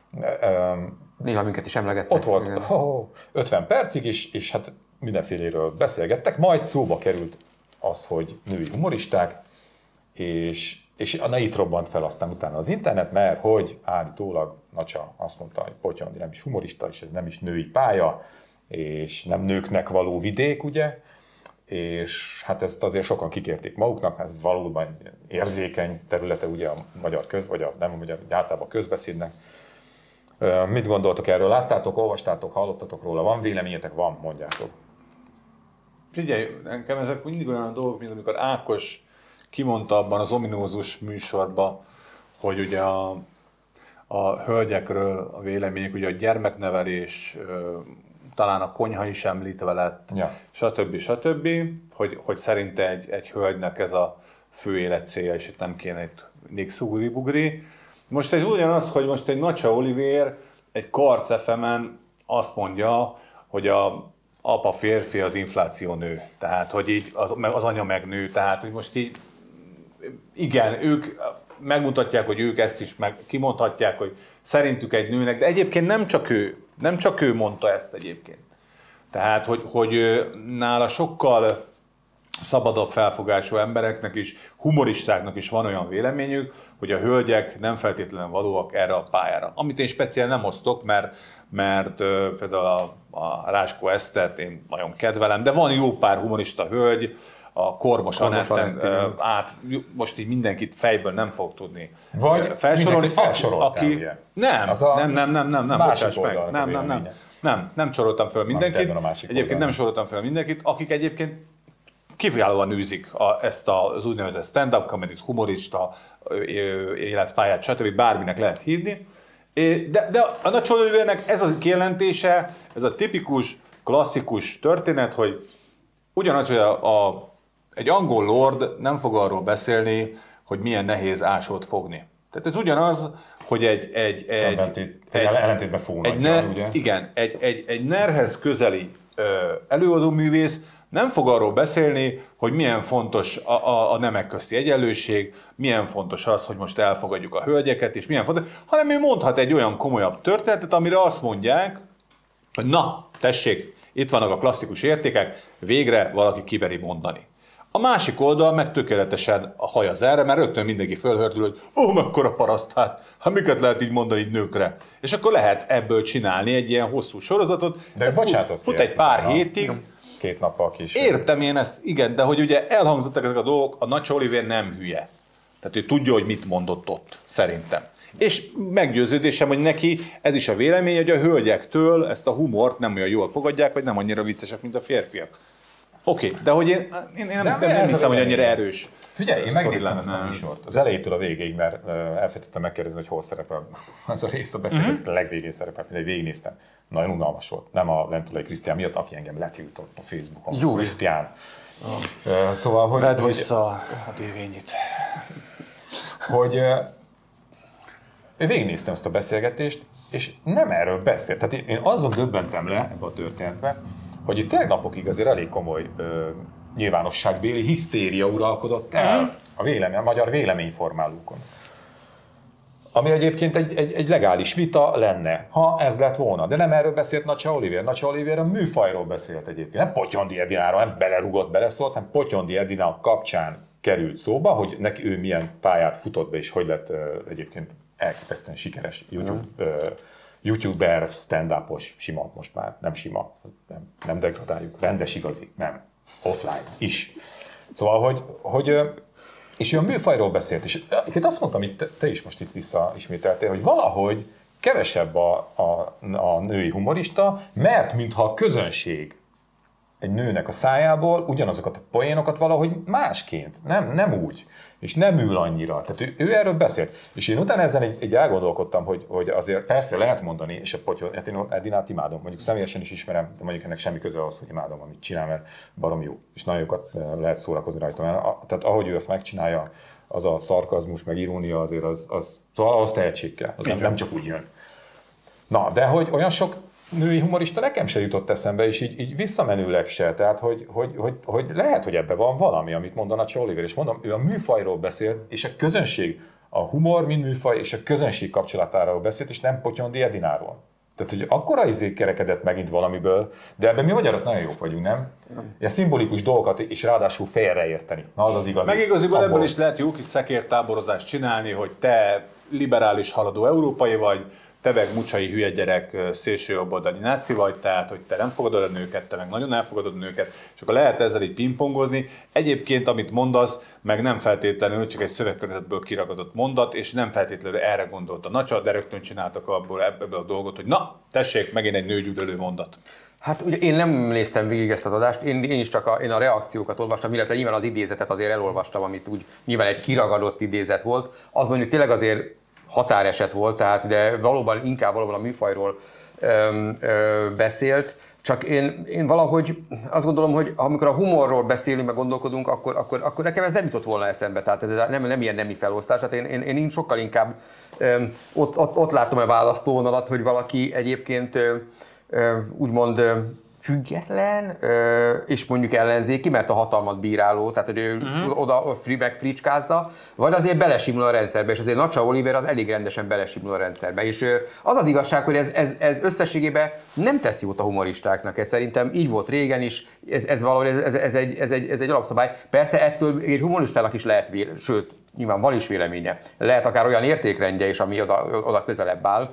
Néha minket is emlegettek. Ott volt oh, ötven percig is, és hát mindenféléről beszélgettek, majd szóba került az, hogy női humoristák, és, és a ne itt robbant fel aztán utána az internet, mert hogy állítólag Nacsa azt mondta, hogy Potyondi nem is humorista, és ez nem is női pálya, és nem nőknek való vidék, ugye? És hát ezt azért sokan kikérték maguknak, ez valóban egy érzékeny területe ugye a magyar köz, vagy a, nem a magyar, általában a közbeszédnek. Mit gondoltok erről? Láttátok, olvastátok, hallottatok róla? Van véleményetek? Van, mondjátok. Figyelj, nekem ezek mindig olyan dolgok, mint amikor Ákos kimondta abban az ominózus műsorban, hogy ugye a, a hölgyekről a vélemények, ugye a gyermeknevelés, talán a konyha is említve lett, ja. stb. stb., hogy, hogy szerinte egy, egy hölgynek ez a fő életcélja, és itt nem kéne itt nixugri-bugri. Most ez ugyanaz, hogy most egy Nacsa Olivér egy Karc ef em-en azt mondja, hogy a apa férfi, az infláció nő. Tehát, hogy így az, az anya meg nő. Tehát, hogy most így, igen, ők megmutatják, hogy ők ezt is meg kimondhatják, hogy szerintük egy nőnek, de egyébként nem csak ő, nem csak ő mondta ezt egyébként. Tehát, hogy, hogy nála sokkal szabadabb felfogású embereknek is, humoristáknak is van olyan véleményük, hogy a hölgyek nem feltétlenül valóak erre a pályára. Amit én speciál nem osztok, mert, mert például a, a Ráskó Esztert én nagyon kedvelem, de van jó pár humorista hölgy, a Kormos Anetten át, most így mindenkit fejből nem fog tudni vagy felsorolni. Felsoroltál, aki, nem, nem, nem, nem, nem, nem, bocsáss meg, nem, nem, nem, nem, nem soroltam föl mindenkit, egyébként nem soroltam föl mindenkit, akik egyébként kiválóan űzik a, ezt az úgynevezett stand-up comedy, humorista életpályát, stb. Bárminek lehet hívni. De, de a Nacsa Olivérnek ez a kijelentése, ez a tipikus, klasszikus történet, hogy ugyanaz, hogy a, a, egy angol lord nem fog arról beszélni, hogy milyen nehéz ásót fogni. Tehát ez ugyanaz, hogy egy... egy, egy, egy, egy ellentétben fónadja, egy ne, ugye? Igen, egy, egy, egy nerhez közeli előadóművész nem fog arról beszélni, hogy milyen fontos a, a, a nemek közti egyenlőség, milyen fontos az, hogy most elfogadjuk a hölgyeket, és milyen fontos, hanem ő mondhat egy olyan komolyabb történetet, amire azt mondják, hogy na, tessék, itt vannak a klasszikus értékek, végre valaki kiberi mondani. A másik oldal meg tökéletesen hajaz erre, mert rögtön mindenki fölhördül, hogy ó, oh, mekkora paraszt, hát, hát miket lehet így mondani így nőkre. És akkor lehet ebből csinálni egy ilyen hosszú sorozatot. De bocsánatot fut, fut egy pár hétig. Két nappal kis. Értem én ezt, igen, de hogy ugye elhangzottak ezek a dolgok, a Nacsa Olivér nem hülye. Tehát ő tudja, hogy mit mondott ott, szerintem. És meggyőződésem, hogy neki ez is a vélemény, hogy a hölgyektől ezt a humort nem olyan jól fogadják, vagy nem annyira viccesek, mint a férfiak. Oké, okay, de hogy én, én, én nem, nem, nem hiszem, hogy annyira erős. Figyelj, én megnéztem ezt a műsort az elejétől a végéig, mert elfelejtettem megkérdezni, hogy hol szerepel az a rész a beszélgetés, mm-hmm. a legvégén szerepel, mindegy, végignéztem. Nagyon unalmas volt. Nem a Lentulai Krisztián miatt, aki engem letiltott a Facebookon. Jó. Krisztián. Oh. Szóval, hogy... Vedd vissza a dévényit. Hogy... végignéztem ezt a beszélgetést, és nem erről beszélt. Tehát én azon döbbentem le ebbe a történetbe, hogy itt tényleg napokig azért elég komoly ö, nyilvánosságbéli hisztéria uralkodott el a, vélemény, a magyar véleményformálókon. Ami egyébként egy, egy, egy legális vita lenne, ha ez lett volna. De nem erről beszélt Nacsa Olivér. Nacsa Olivér a műfajról beszélt egyébként. Nem Potyondi Edináról, nem belerugott, beleszólt, hanem Potyondi Edina kapcsán került szóba, hogy neki ő milyen pályát futott be, és hogy lett uh, egyébként elképesztően sikeres YouTube, mm. uh, YouTuber, stand-upos, sima most már, nem sima, nem, nem degradáljuk, rendes igazi, nem, offline is. Szóval, hogy, hogy és ő a műfajról beszélt, és én azt mondtam, hogy te, te is most itt visszaismételtél, hogy valahogy kevesebb a, a, a női humorista, mert mintha a közönség egy nőnek a szájából ugyanazokat a poénokat valahogy másként, nem, nem úgy, és nem ül annyira. Tehát ő, ő erről beszélt. És én utána ezen egy, egy elgondolkodtam, hogy, hogy azért persze lehet mondani, és a Potyon Edinát imádom, mondjuk személyesen is ismerem, de mondjuk ennek semmi köze ahhoz, hogy imádom, amit csinál, mert barom jó, és nagyon jókat lehet szórakozni rajta. Tehát ahogy ő azt megcsinálja, az a szarkazmus, meg irónia azért az, az szóval ahhoz tehetség kell, az nem, nem csak úgy jön. Na, de hogy olyan sok női humorista nekem se jutott eszembe, és így, így visszamenőleg se. Tehát, hogy, hogy, hogy, hogy lehet, hogy ebben van valami, amit mondaná Nacsa Olivér. És mondom, ő a műfajról beszélt, és a közönség, a humor, mint műfaj, és a közönség kapcsolatáról beszélt, és nem Potyondi Edináról. Tehát, hogy akkora izé kerekedett megint valamiből, de ebben mi magyarok nagyon jók vagyunk, nem? Ilyen szimbolikus dolgokat, és ráadásul félreérteni. Na, az az igazi. Meg igaziból ebből is lehet jó kis szekértáborozást csinálni, hogy te liberális haladó európai vagy, te meg mucsai hülye gyerek, szélső jobboldali náci vagy, tehát, hogy te nem fogadod a nőket, te meg nagyon elfogadod a nőket, és akkor lehet ezzel így pingpongozni. Egyébként, amit mondasz, meg nem feltétlenül, csak egy szövegkörnyezetből kiragadott mondat, és nem feltétlenül erre gondolt a Nacsa, de rögtön csináltak abból ebből a dolgot, hogy na, tessék, megint egy nőgyűlölő mondat. Hát ugye én nem néztem végig ezt az adást, én, én is csak a, én a reakciókat olvastam, illetve nyilván az idézetet azért elolvastam, amit úgy nyilván egy kiragadott idézet volt. Az mondjuk tényleg azért határeset volt, tehát de valóban inkább valóban a műfajról ö, ö, beszélt, csak én, én valahogy azt gondolom, hogy amikor a humorról beszélünk, meg gondolkodunk, akkor, akkor, akkor nekem ez nem jutott volna eszembe, tehát ez nem, nem ilyen nemi felosztás, tehát én, én, én sokkal inkább ö, ott, ott, ott látom a választóvonalat, hogy valaki egyébként ö, ö, úgymond ö, független, és mondjuk ellenzéki, mert a hatalmat bíráló, tehát hogy ő uh-huh. oda megfricskázza, vagy azért belesimul a rendszerbe, és azért Nacsa Olivér az elég rendesen belesimul a rendszerbe. És az az igazság, hogy ez, ez, ez összességében nem tesz jót a humoristáknak, ez szerintem így volt régen is, ez, ez valahogy ez, ez, ez, egy, ez, egy, ez egy alapszabály. Persze ettől egy humoristának is lehet, véle, sőt, nyilván van is véleménye. Lehet akár olyan értékrendje is, ami oda, oda közelebb áll.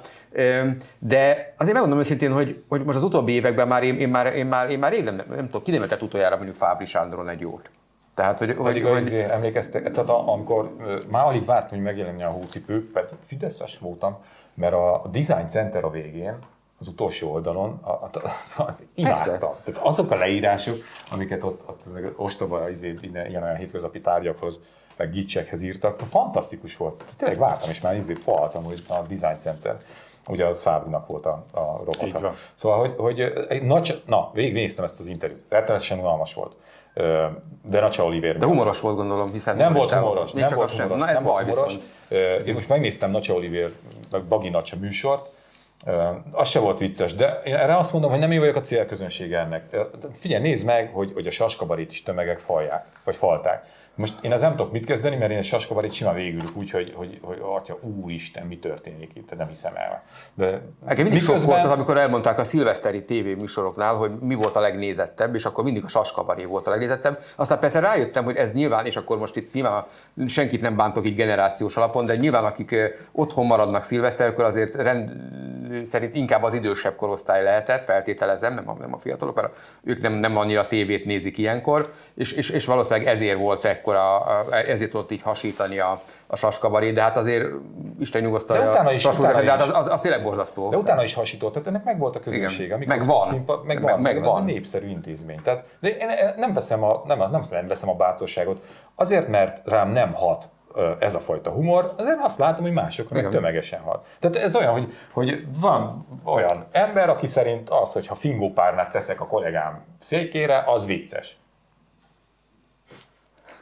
De azért megmondom őszintén, hogy, hogy most az utóbbi években már én, én már, én már, én már rég nem, nem, nem tudom, kinevetett utoljára mondjuk Fábri Sándron egy jót. Tehát, hogy, pedig hogy, hogy... emlékeztek, tehát amikor már alig vártam, hogy megjelenjen a hócipő, pedig fideszes voltam, mert a Design Center a végén, az utolsó oldalon, az, az imádtam. Tehát azok a leírások, amiket ott, ott az ostoba ilyen olyan hétköznapi tárgyakhoz, meg gicsekhez írtak, fantasztikus volt. Tényleg vártam, és már izé faltam, hogy a Design Center, ugye az Fábrinak volt a, a robota. Szóval, hogy, hogy egy nagy, na, végignéztem ezt az interjút, rettenetesen unalmas volt. De Nacsa Olivér. De humoros volt, gondolom, hiszen nem volt humoros. Nem volt humoros. Na ez baj viszont. Én most megnéztem Nacsa Olivér, meg Bagi Nacsa műsort, az se volt vicces, de én erre azt mondom, hogy nem én vagyok a célközönsége ennek. Figyelj, nézd meg, hogy, hogy a Saskabarit is tömegek falják, vagy falták. Most én ezzel nem tudok mit kezdeni, mert én a Saskabarit simán végülök úgy, hogy, hogy, hogy atya, úristen, mi történik itt, nem hiszem el. De nekem mindig sok volt az, amikor elmondták a szilveszteri tévéműsoroknál, hogy mi volt a legnézettebb, és akkor mindig a Saskabaré volt a legnézettebb. Aztán persze rájöttem, hogy ez nyilván, és akkor most itt nyilván senkit nem bántok így generációs alapon, de nyilván akik otthon maradnak szilveszterkor, azért rend szerint inkább az idősebb korosztály lehetett, feltételezem, nem a, nem a fiatalok, mert ők nem, nem annyira tévét nézik ilyenkor, és, és, és valószínűleg ezért volt ekkora, ezért tudott így hasítani a, a Saskabaré, de hát azért Isten nyugosztalja a Saskabaré, de hát az, az, az tényleg borzasztó. De utána is hasított, tehát ennek meg volt a közönsége, meg van, színpad, meg van, meg, meg van. Egy népszerű intézmény. Tehát de én nem veszem, a, nem, nem, nem veszem a bátorságot, azért, mert rám nem hat ez a fajta humor, azért azt látom, hogy másokra meg tömegesen hat. Tehát ez olyan, hogy, hogy van olyan ember, aki szerint az, hogy ha fingópárnát teszek a kollégám székére, az vicces.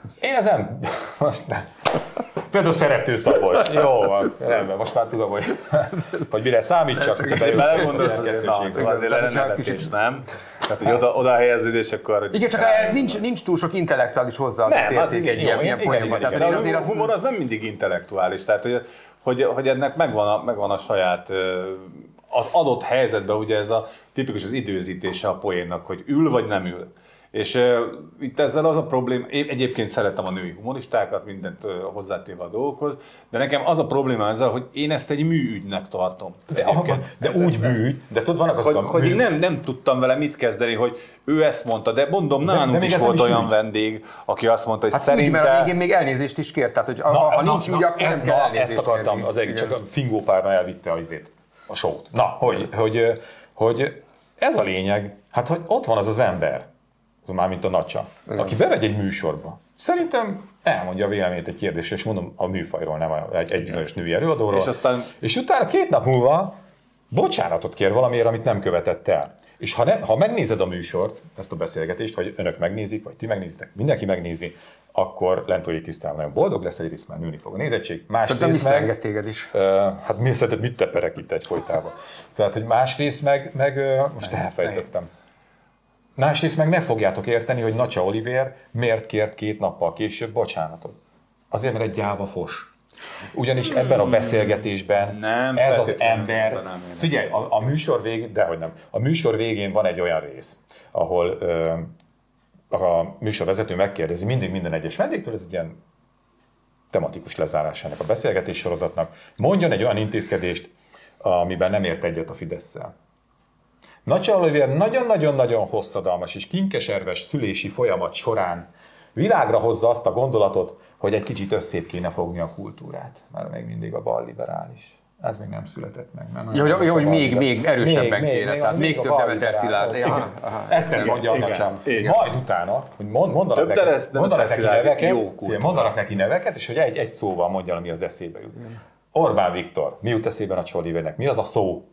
Én ezen most nem. Például Szerető Szabolcs. Jó van, rendben, most már tudom, hogy, hogy mire számítsak. Csak belegondolsz, azért, azért lenne nevetés, nem? Tehát, hogy oda, oda helyeződés, akkor... Igen, csak ez nincs, nincs túl sok intellektuális hozzáadott érték egy ilyen, ilyen poénban. A humor az nem mindig intellektuális, tehát hogy, hogy, hogy ennek megvan a, megvan a saját... Az adott helyzetben ugye ez a tipikus az időzítése a poénnak, hogy ül vagy nem ül. És uh, itt ezzel az a probléma, én egyébként szeretem a női humoristákat, mindent uh, hozzátéve a dolgokhoz, de nekem az a probléma ezzel, hogy én ezt egy műügynek tartom. De, ahol, de ez, úgy ez, műügy, de tudod, vannak azok hogy, a hogy mű... nem, nem tudtam vele mit kezdeni, hogy ő ezt mondta, de mondom, de, nálunk de is volt is olyan ügy. vendég, aki azt mondta, hogy hát szerinte... Hát mert a végén még elnézést is kért, tehát hogy na, ha na, nincs na, ügy, akkor nem kell elnézést ezt akartam, az egyik, csak a Fingó párna elvitte azért a sót. Na, hogy, hogy, hogy ez a lényeg, hát hogy ott van az az ember, az már mint a Nacsa, igen. aki bevegy egy műsorba. Szerintem elmondja a véleményét egy kérdésre, és mondom a műfajról, nem egy, egy bizonyos női előadóról. És, aztán... és utána két nap múlva bocsánatot kér valamiért, amit nem követett el. És ha, ne, ha megnézed a műsort, ezt a beszélgetést, vagy önök megnézik, vagy ti megnézitek, mindenki megnézi, akkor Lentúri Krisztán nagyon boldog lesz, egyrészt már nőni fog a nézettség. Másrészt meg... téged is. Uh, hát mi szerinted mit teperek itt egyfolytában? Szóval, hogy másrészt meg, meg uh, most elfejtettem. Másrészt meg meg fogjátok érteni, hogy Nacsa Olivér miért kért két nappal később bocsánatot. Azért, mert egy gyáva fos. Ugyanis ebben a beszélgetésben nem, ez az ember... Figyelj, a, a műsor végén, dehogy nem, a műsor végén van egy olyan rész, ahol ö, a műsorvezető megkérdezi mindig minden egyes vendégtől, ez egy ilyen tematikus lezárás ennek a beszélgetés sorozatnak, mondjon egy olyan intézkedést, amiben nem ért egyet a Fidesszel. Nacsa Olivér nagyon-nagyon-nagyon hosszadalmas és kinkeserves szülési folyamat során világra hozza azt a gondolatot, hogy egy kicsit összébb kéne fogni a kultúrát. Mert még mindig a balliberális. Ez még nem született meg. Nem jó, jó, jó hogy még, még erősebben még, kéne, még, tehát még, még több Demeter Szilárd. Ja, ezt nem mondja a Nacsám. Majd utána, hogy mondanak neki, lesz, mondanak neki neveket, mondanak neki neveket, és hogy egy, egy szóval mondja, ami az eszébe jut. Orbán Viktor, mi jut eszébe Nacsa Olivérnek? Mi az a szó?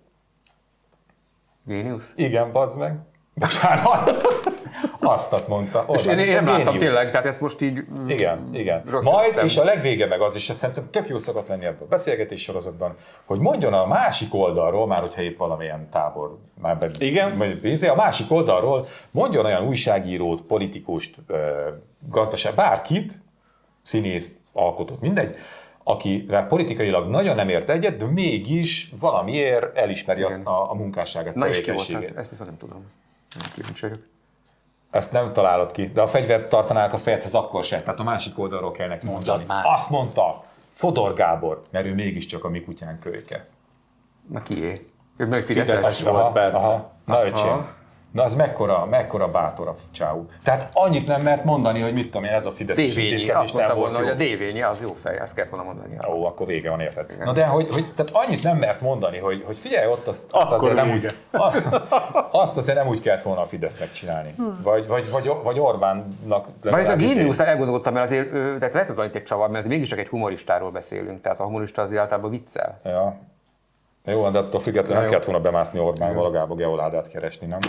Géniusz? Igen, bazd meg. Bocsánat. Azt mondta. Orbán, és én, én nem láttam tényleg, tehát ezt most így... Igen, igen. Majd, és a legvége meg az, és azt szerintem tök jó szokott lenni ebben a beszélgetés sorozatban, hogy mondjon a másik oldalról, már hogyha épp valamilyen tábor, már be, igen. a másik oldalról mondjon olyan újságírót, politikust, gazdaság, bárkit, színészt, alkotót, mindegy, akivel politikailag nagyon nem ért egyet, de mégis valamiért elismeri a, a munkásságát. Na és ki volt ez? Ezt viszont nem tudom. Nem kíváncsi vagyok. Ezt nem találod ki, de a fegyvert tartanák a fejedhez akkor sem, tehát a másik oldalról kell neki mondani. Azt mondta Fodor Gábor, mert ő mégiscsak a mi kutyánk kölyke. Na kié? Ő meg Fideszes Fideszes volt, persze. Aha. Na öcsém. Na az mekkora, mekkora bátor a csáú. Tehát annyit nem mert mondani, hogy mit tudom én, ez a Fideszes intézkedés nem volt volna, jó. hogy a Dévényi az jó fej, ezt kellett volna mondani. Ó, akkor vége van, érted? Igen. Na de hogy, hogy tehát annyit nem mert mondani, hogy, hogy figyelj, ott azt, azt azért nem úgy, azt azért nem úgy kellett volna a Fidesznek csinálni. Vagy, vagy, vagy, vagy Orbánnak... Már itt a géniusztán elgondolkodtam, mert azért, tehát lehet, hogy van itt egy csavar, mert ez mégiscsak egy humoristáról beszélünk, tehát a humorista azért általában viccel. Ja. Jó, de attól függetlenül nem kellett volna bemászni Orbánval, legalább a geoládát keresni, nem?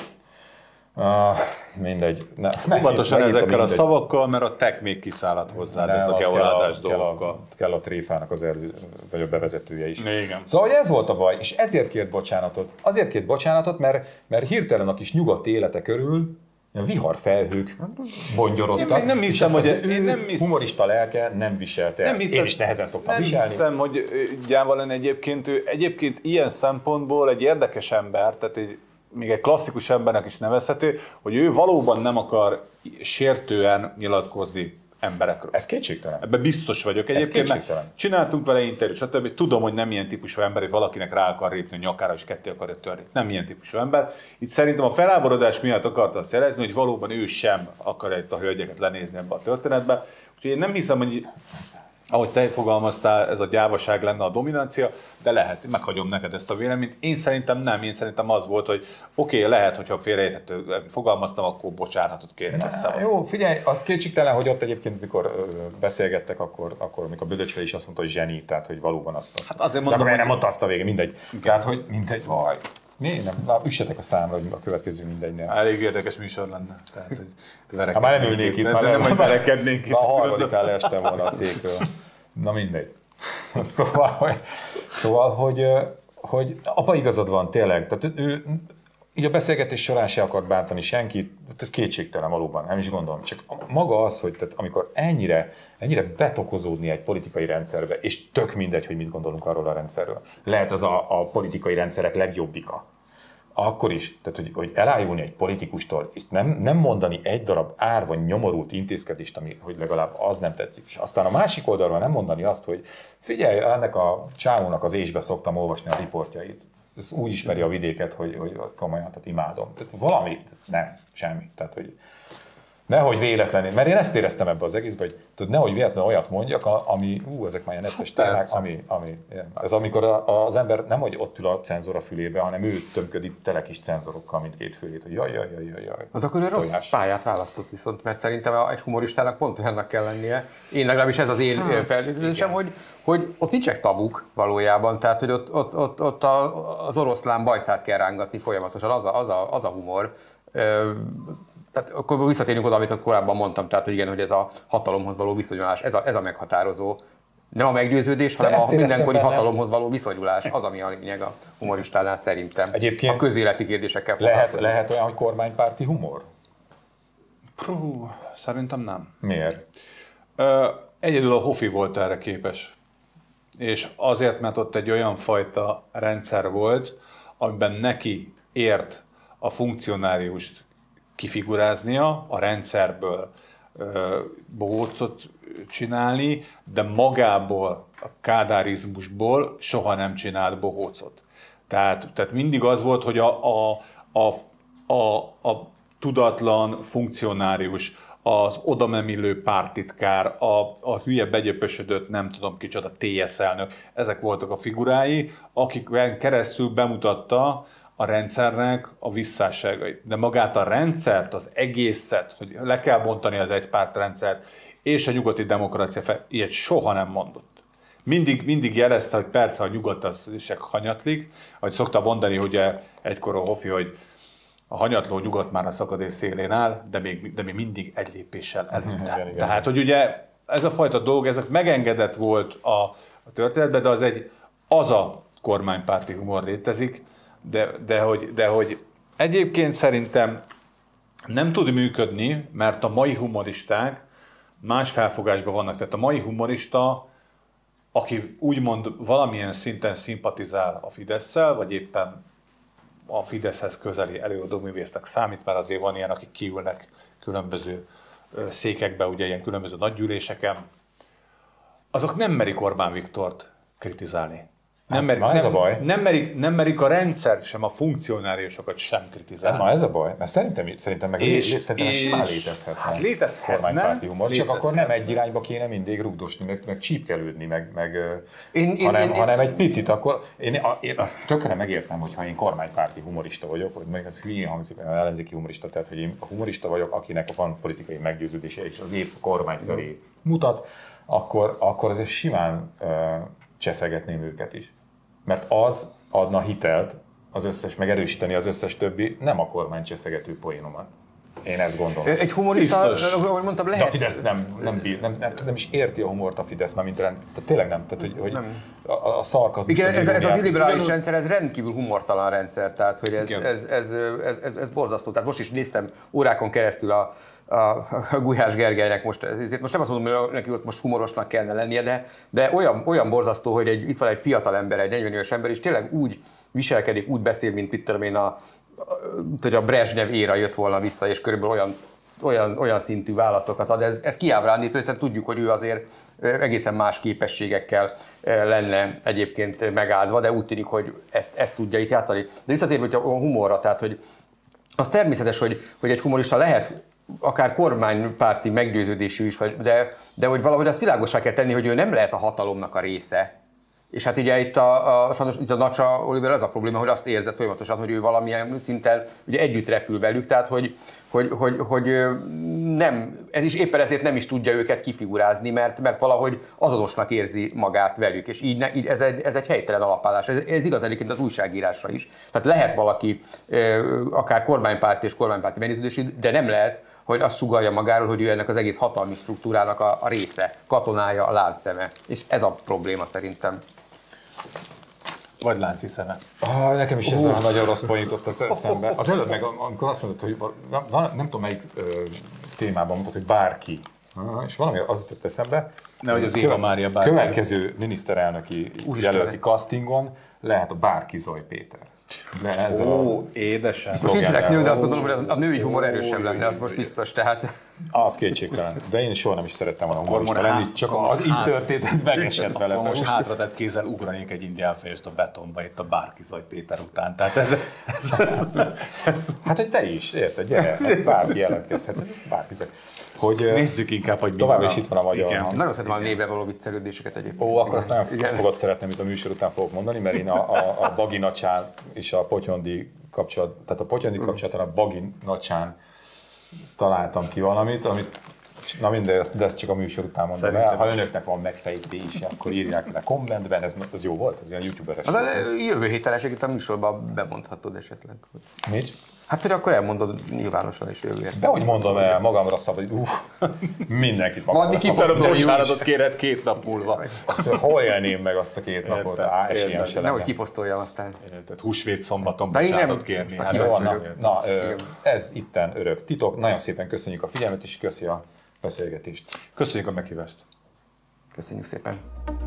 Uh, mindegy. Ne, Óvatosan ezekkel mindegy. a szavakkal, mert a tek még kiszállhat hozzá, ez a geoládás dolgokkal. Kell a tréfának az elő, vagy a bevezetője is. Igen. Szóval ez volt a baj, és ezért kért bocsánatot. Azért kért bocsánatot, mert, mert hirtelen a kis nyugati élete körül viharfelhők bongyorodtak. Én nem hiszem, hogy ő nem hisz... humorista lelke nem viselte. Nem hiszem, én is nehezen szoktam nem viselni. Nem hiszem, hogy Gyával lenne egyébként, ő egyébként ilyen szempontból egy érdekes ember, tehát egy még egy klasszikus embernek is nevezhető, hogy ő valóban nem akar sértően nyilatkozni emberekről. Ez kétségtelen. Ebben biztos vagyok. Egyébként meg csináltunk vele interjút, stb. Tudom, hogy nem ilyen típusú ember, hogy valakinek rá akar lépni a nyakára, és ketté akarja törni. Nem ilyen típusú ember. Itt szerintem a feláborodás miatt akarta azt jelezni, hogy valóban ő sem akarja itt a hölgyeket lenézni ebbe a történetbe. Úgyhogy én nem hiszem, hogy ahogy te fogalmaztál, ez a gyávaság lenne a dominancia, de lehet, meghagyom neked ezt a véleményt. Én szerintem nem, én szerintem az volt, hogy oké, okay, lehet, hogyha félreérthető fogalmaztam, akkor bocsánatot kérni. Jó, figyelj, az kétségtelen, hogy ott egyébként, mikor beszélgettek, akkor, akkor mikor Bödöcsfél is azt mondta, hogy zseni, tehát hogy valóban azt. Hát azért mondom, hogy nem mondta azt a vége, mindegy. Igen. Tehát, hogy mindegy, vaj. Mi? Nem. Na, üssetek a számra, hogy a következő mindegynél. Elég érdekes műsor lenne. Tehát, ha már nem ülnék itt, már nem, nem verekednénk itt. Na, a harmadikán leestem volna a székről. Na mindegy. Szóval, hogy, szóval, hogy, hogy apa igazad van tényleg. Tehát ő így a beszélgetés során se akart bántani senkit, ez kétségtelen valóban, nem is gondolom. Csak maga az, hogy tehát amikor ennyire, ennyire betokozódni egy politikai rendszerbe, és tök mindegy, hogy mit gondolunk arról a rendszerről. Lehet az a, a politikai rendszerek legjobbika. Akkor is, tehát hogy, hogy elájulni egy politikustól, és nem, nem mondani egy darab árva nyomorult intézkedést, ami, hogy legalább az nem tetszik. És aztán a másik oldalról nem mondani azt, hogy figyelj, ennek a csávónak az ésbe szoktam olvasni a riportjait. Ez úgy ismeri a vidéket, hogy, hogy komolyan, tehát imádom. Tehát valamit, nem, semmi. Tehát, hogy nehogy véletlenül, mert én ezt éreztem ebbe az egészben, hogy tudod, nehogy véletlenül olyat mondjak, ami, ú, ezek már ilyen necces témák, ami, ami, ez amikor a, az ember nem, hogy ott ül a cenzora fülébe, hanem ő tömködik tele kis cenzorokkal, mint két fülét, hogy jaj, jaj, jaj, jaj, jaj. Az akkor ő rossz pályát választott viszont, mert szerintem egy humoristának pont olyannak kell lennie. Én legalábbis ez az én hát, feltételezésem, hogy, hogy ott nincsenek tabuk valójában, tehát hogy ott, ott, ott, ott az oroszlán bajszát kell rángatni folyamatosan, az a, az a, az a humor. Tehát akkor visszatérünk oda, amit korábban mondtam, tehát hogy igen, hogy ez a hatalomhoz való viszonyulás, ez a, ez a meghatározó. Nem a meggyőződés, hanem a mindenkori hatalomhoz való viszonyulás, az, ami a lényeg a humoristánál szerintem. Egyébként a közéleti kérdésekkel lehet, lehet olyan, hogy kormánypárti humor? Puh, szerintem nem. Miért? Ö, egyedül a Hofi volt erre képes. És azért, mert ott egy olyan fajta rendszer volt, amiben neki ért a funkcionáriust kifiguráznia, a rendszerből ö, bohócot csinálni, de magából, a kádárizmusból soha nem csinált bohócot. Tehát, tehát mindig az volt, hogy a, a, a, a, a tudatlan funkcionárius, az oda nem illő pártitkár, a, a hülye begyöpösödött, nem tudom kicsoda, té es elnök, ezek voltak a figurái, akikben keresztül bemutatta a rendszernek a visszásságait. De magát a rendszert, az egészet, hogy le kell bontani az egypártrendszert, és a nyugati demokrácia fel, ilyet soha nem mondott. Mindig, mindig jelezte, hogy persze a nyugat az se hanyatlik, ahogy szokta mondani, hogy egykor a Hofi, hogy a hanyatló nyugat már a szakadés szélén áll, de még, de még mindig egy lépéssel előtte. Tehát, hogy ugye ez a fajta dolog, ezek megengedett volt a, a történetben, de az egy, az a kormánypárti humor létezik, de, de, hogy, de hogy egyébként szerintem nem tud működni, mert a mai humoristák más felfogásban vannak. Tehát a mai humorista, aki úgymond valamilyen szinten szimpatizál a Fidesszel, vagy éppen a Fideszhez közeli előadóművésznek számít, mert azért van ilyen, akik kiülnek különböző székekbe, ugye ilyen különböző nagygyűléseken, azok nem merik Orbán Viktort kritizálni. Nem merik, hát, ez nem, a baj. Nem, merik, nem merik a rendszert sem, a funkcionáriusokat sem kritizálni. Na ez a baj, mert szerintem, szerintem meg és, lé, szerintem és, simán létezhetne. Hát létezhetne. Kormánypárti humor, csak létezhetne. akkor nem egy irányba kéne mindig rugdosni, meg, meg csípkelődni, meg, meg én, én, hanem, én, hanem egy picit, akkor én, én azt tökre megértem, hogy ha én kormánypárti humorista vagyok, hogy meg ez hülyén hangzik, ellenzéki humorista, tehát hogy én humorista vagyok, akinek van politikai meggyőződése, és az épp kormány felé mutat, akkor, akkor azért simán uh, cseszegetném őket is. Mert az adna hitelt az összes, meg erősíteni az összes többi, nem a kormány cseszegető poénomat. Én ezt gondolom. Egy humorista, ahogy mondtam, lehet... De a Fidesz nem, nem, bír, nem, nem, nem is érti a humort a Fidesz, már mint rend. Tehát tényleg nem. Tehát, hogy, hogy a, a szarkazmus... Igen, ez, ez az illiberális rendszer, ez rendkívül humortalan rendszer, tehát hogy ez, ez, ez, ez, ez, ez borzasztó. Tehát most is néztem órákon keresztül a, a, a Gulyás Gergelynek most, ezért most nem azt mondom, hogy neki ott most humorosnak kellene lennie, de, de olyan, olyan borzasztó, hogy egy, egy fiatal ember, egy negyven éves ember is tényleg úgy viselkedik, úgy beszél, mint mit tudom én, a, hogy a Brezsnyev éra jött volna vissza, és körülbelül olyan, olyan, olyan szintű válaszokat ad. Ez, ez kiábrándító, hiszen tudjuk, hogy ő azért egészen más képességekkel lenne egyébként megáldva, de úgy tűnik, hogy ezt, ezt tudja itt játszani. De visszatérve a humorra, tehát hogy az természetes, hogy, hogy egy humorista lehet akár kormánypárti meggyőződésű is, de, de hogy valahogy azt világossá kell tenni, hogy ő nem lehet a hatalomnak a része. És hát ugye itt a, a, sajnos itt a Nacsa Oliver az a probléma, hogy azt érzed folyamatosan, hogy ő valamilyen szinten ugye együtt repül velük, tehát hogy, hogy, hogy, hogy nem, ez is éppen ezért nem is tudja őket kifigurázni, mert, mert valahogy azonosnak érzi magát velük, és így, ne, így ez, egy, ez egy helytelen alapállás. Ez, ez igaz egyébként az újságírásra is. Tehát lehet valaki akár kormánypárti és kormánypárti megnéződésű, de nem lehet, hogy azt sugallja magáról, hogy ő ennek az egész hatalmi struktúrának a, a része, katonája, a láncszeme. És ez a probléma szerintem. Vagy lánci szeme. Ah, nekem is ez uh. a nagyon rossz point ott az eszembe. Az előbb meg, amikor azt mondod, hogy nem, nem tudom melyik ö, témában mondtad, hogy bárki. Ah, és valami az jutott eszembe. Nehogy az Éva Mária bárki. Következő miniszterelnöki jelölti castingon lehet a Bárki Zaj Péter. Ó, oh, édesem. Most nincsenek nő, de azt gondolom, hogy a női humor erősebb lenne, az most biztos, tehát... Az kétségtelen. De én soha nem is szerettem volna humorista lenni, csak az így történt, ez megesett vele. Most hátratett kézzel ugranék egy indián fejest a betonba itt a Bárki Zaj Péter után. Tehát ez, ez, ez, ez... Hát, hogy te is, érted, gyere, bárki jelentkezhet, bárki Zaj. Hogy, nézzük inkább, hogy tovább is itt van a magyar. Nagyon szeretem a névre való viccelődéseket egyébként. Ó, akkor azt nem igen. fogod szeretni, amit a műsor után fogok mondani, mert én a, a, a Bagi Nacsán és a Potyondi kapcsolat, tehát a Potyondi mm. kapcsolatban a Bagi Nacsán találtam ki valamit, amit, na mindegy, de ezt csak a műsor után mondom szerintem el. Ha önöknek van megfejtése, akkor írják le kommentben, ez, ez jó volt, ez ilyen youtuberes. Az a jövő héten esetleg a műsorban bemondhatod esetleg. Mit? Hát, hogy akkor elmondod nyilvánosan is jövő héten. De hogy mondom el, magamra szabad, hogy uff, mindenkit magamra szabad. Bocsánatot kéred két nap múlva. Hol élném meg azt a két napot? Á, esélyen se lenne. Nehogy kiposztoljam aztán. Tehát húsvét szombaton bocsánatot kérni. Hát jó, na, na ez itten örök titok. Nagyon szépen köszönjük a figyelmet, és köszi a beszélgetést. Köszönjük a meghívást. Köszönjük szépen.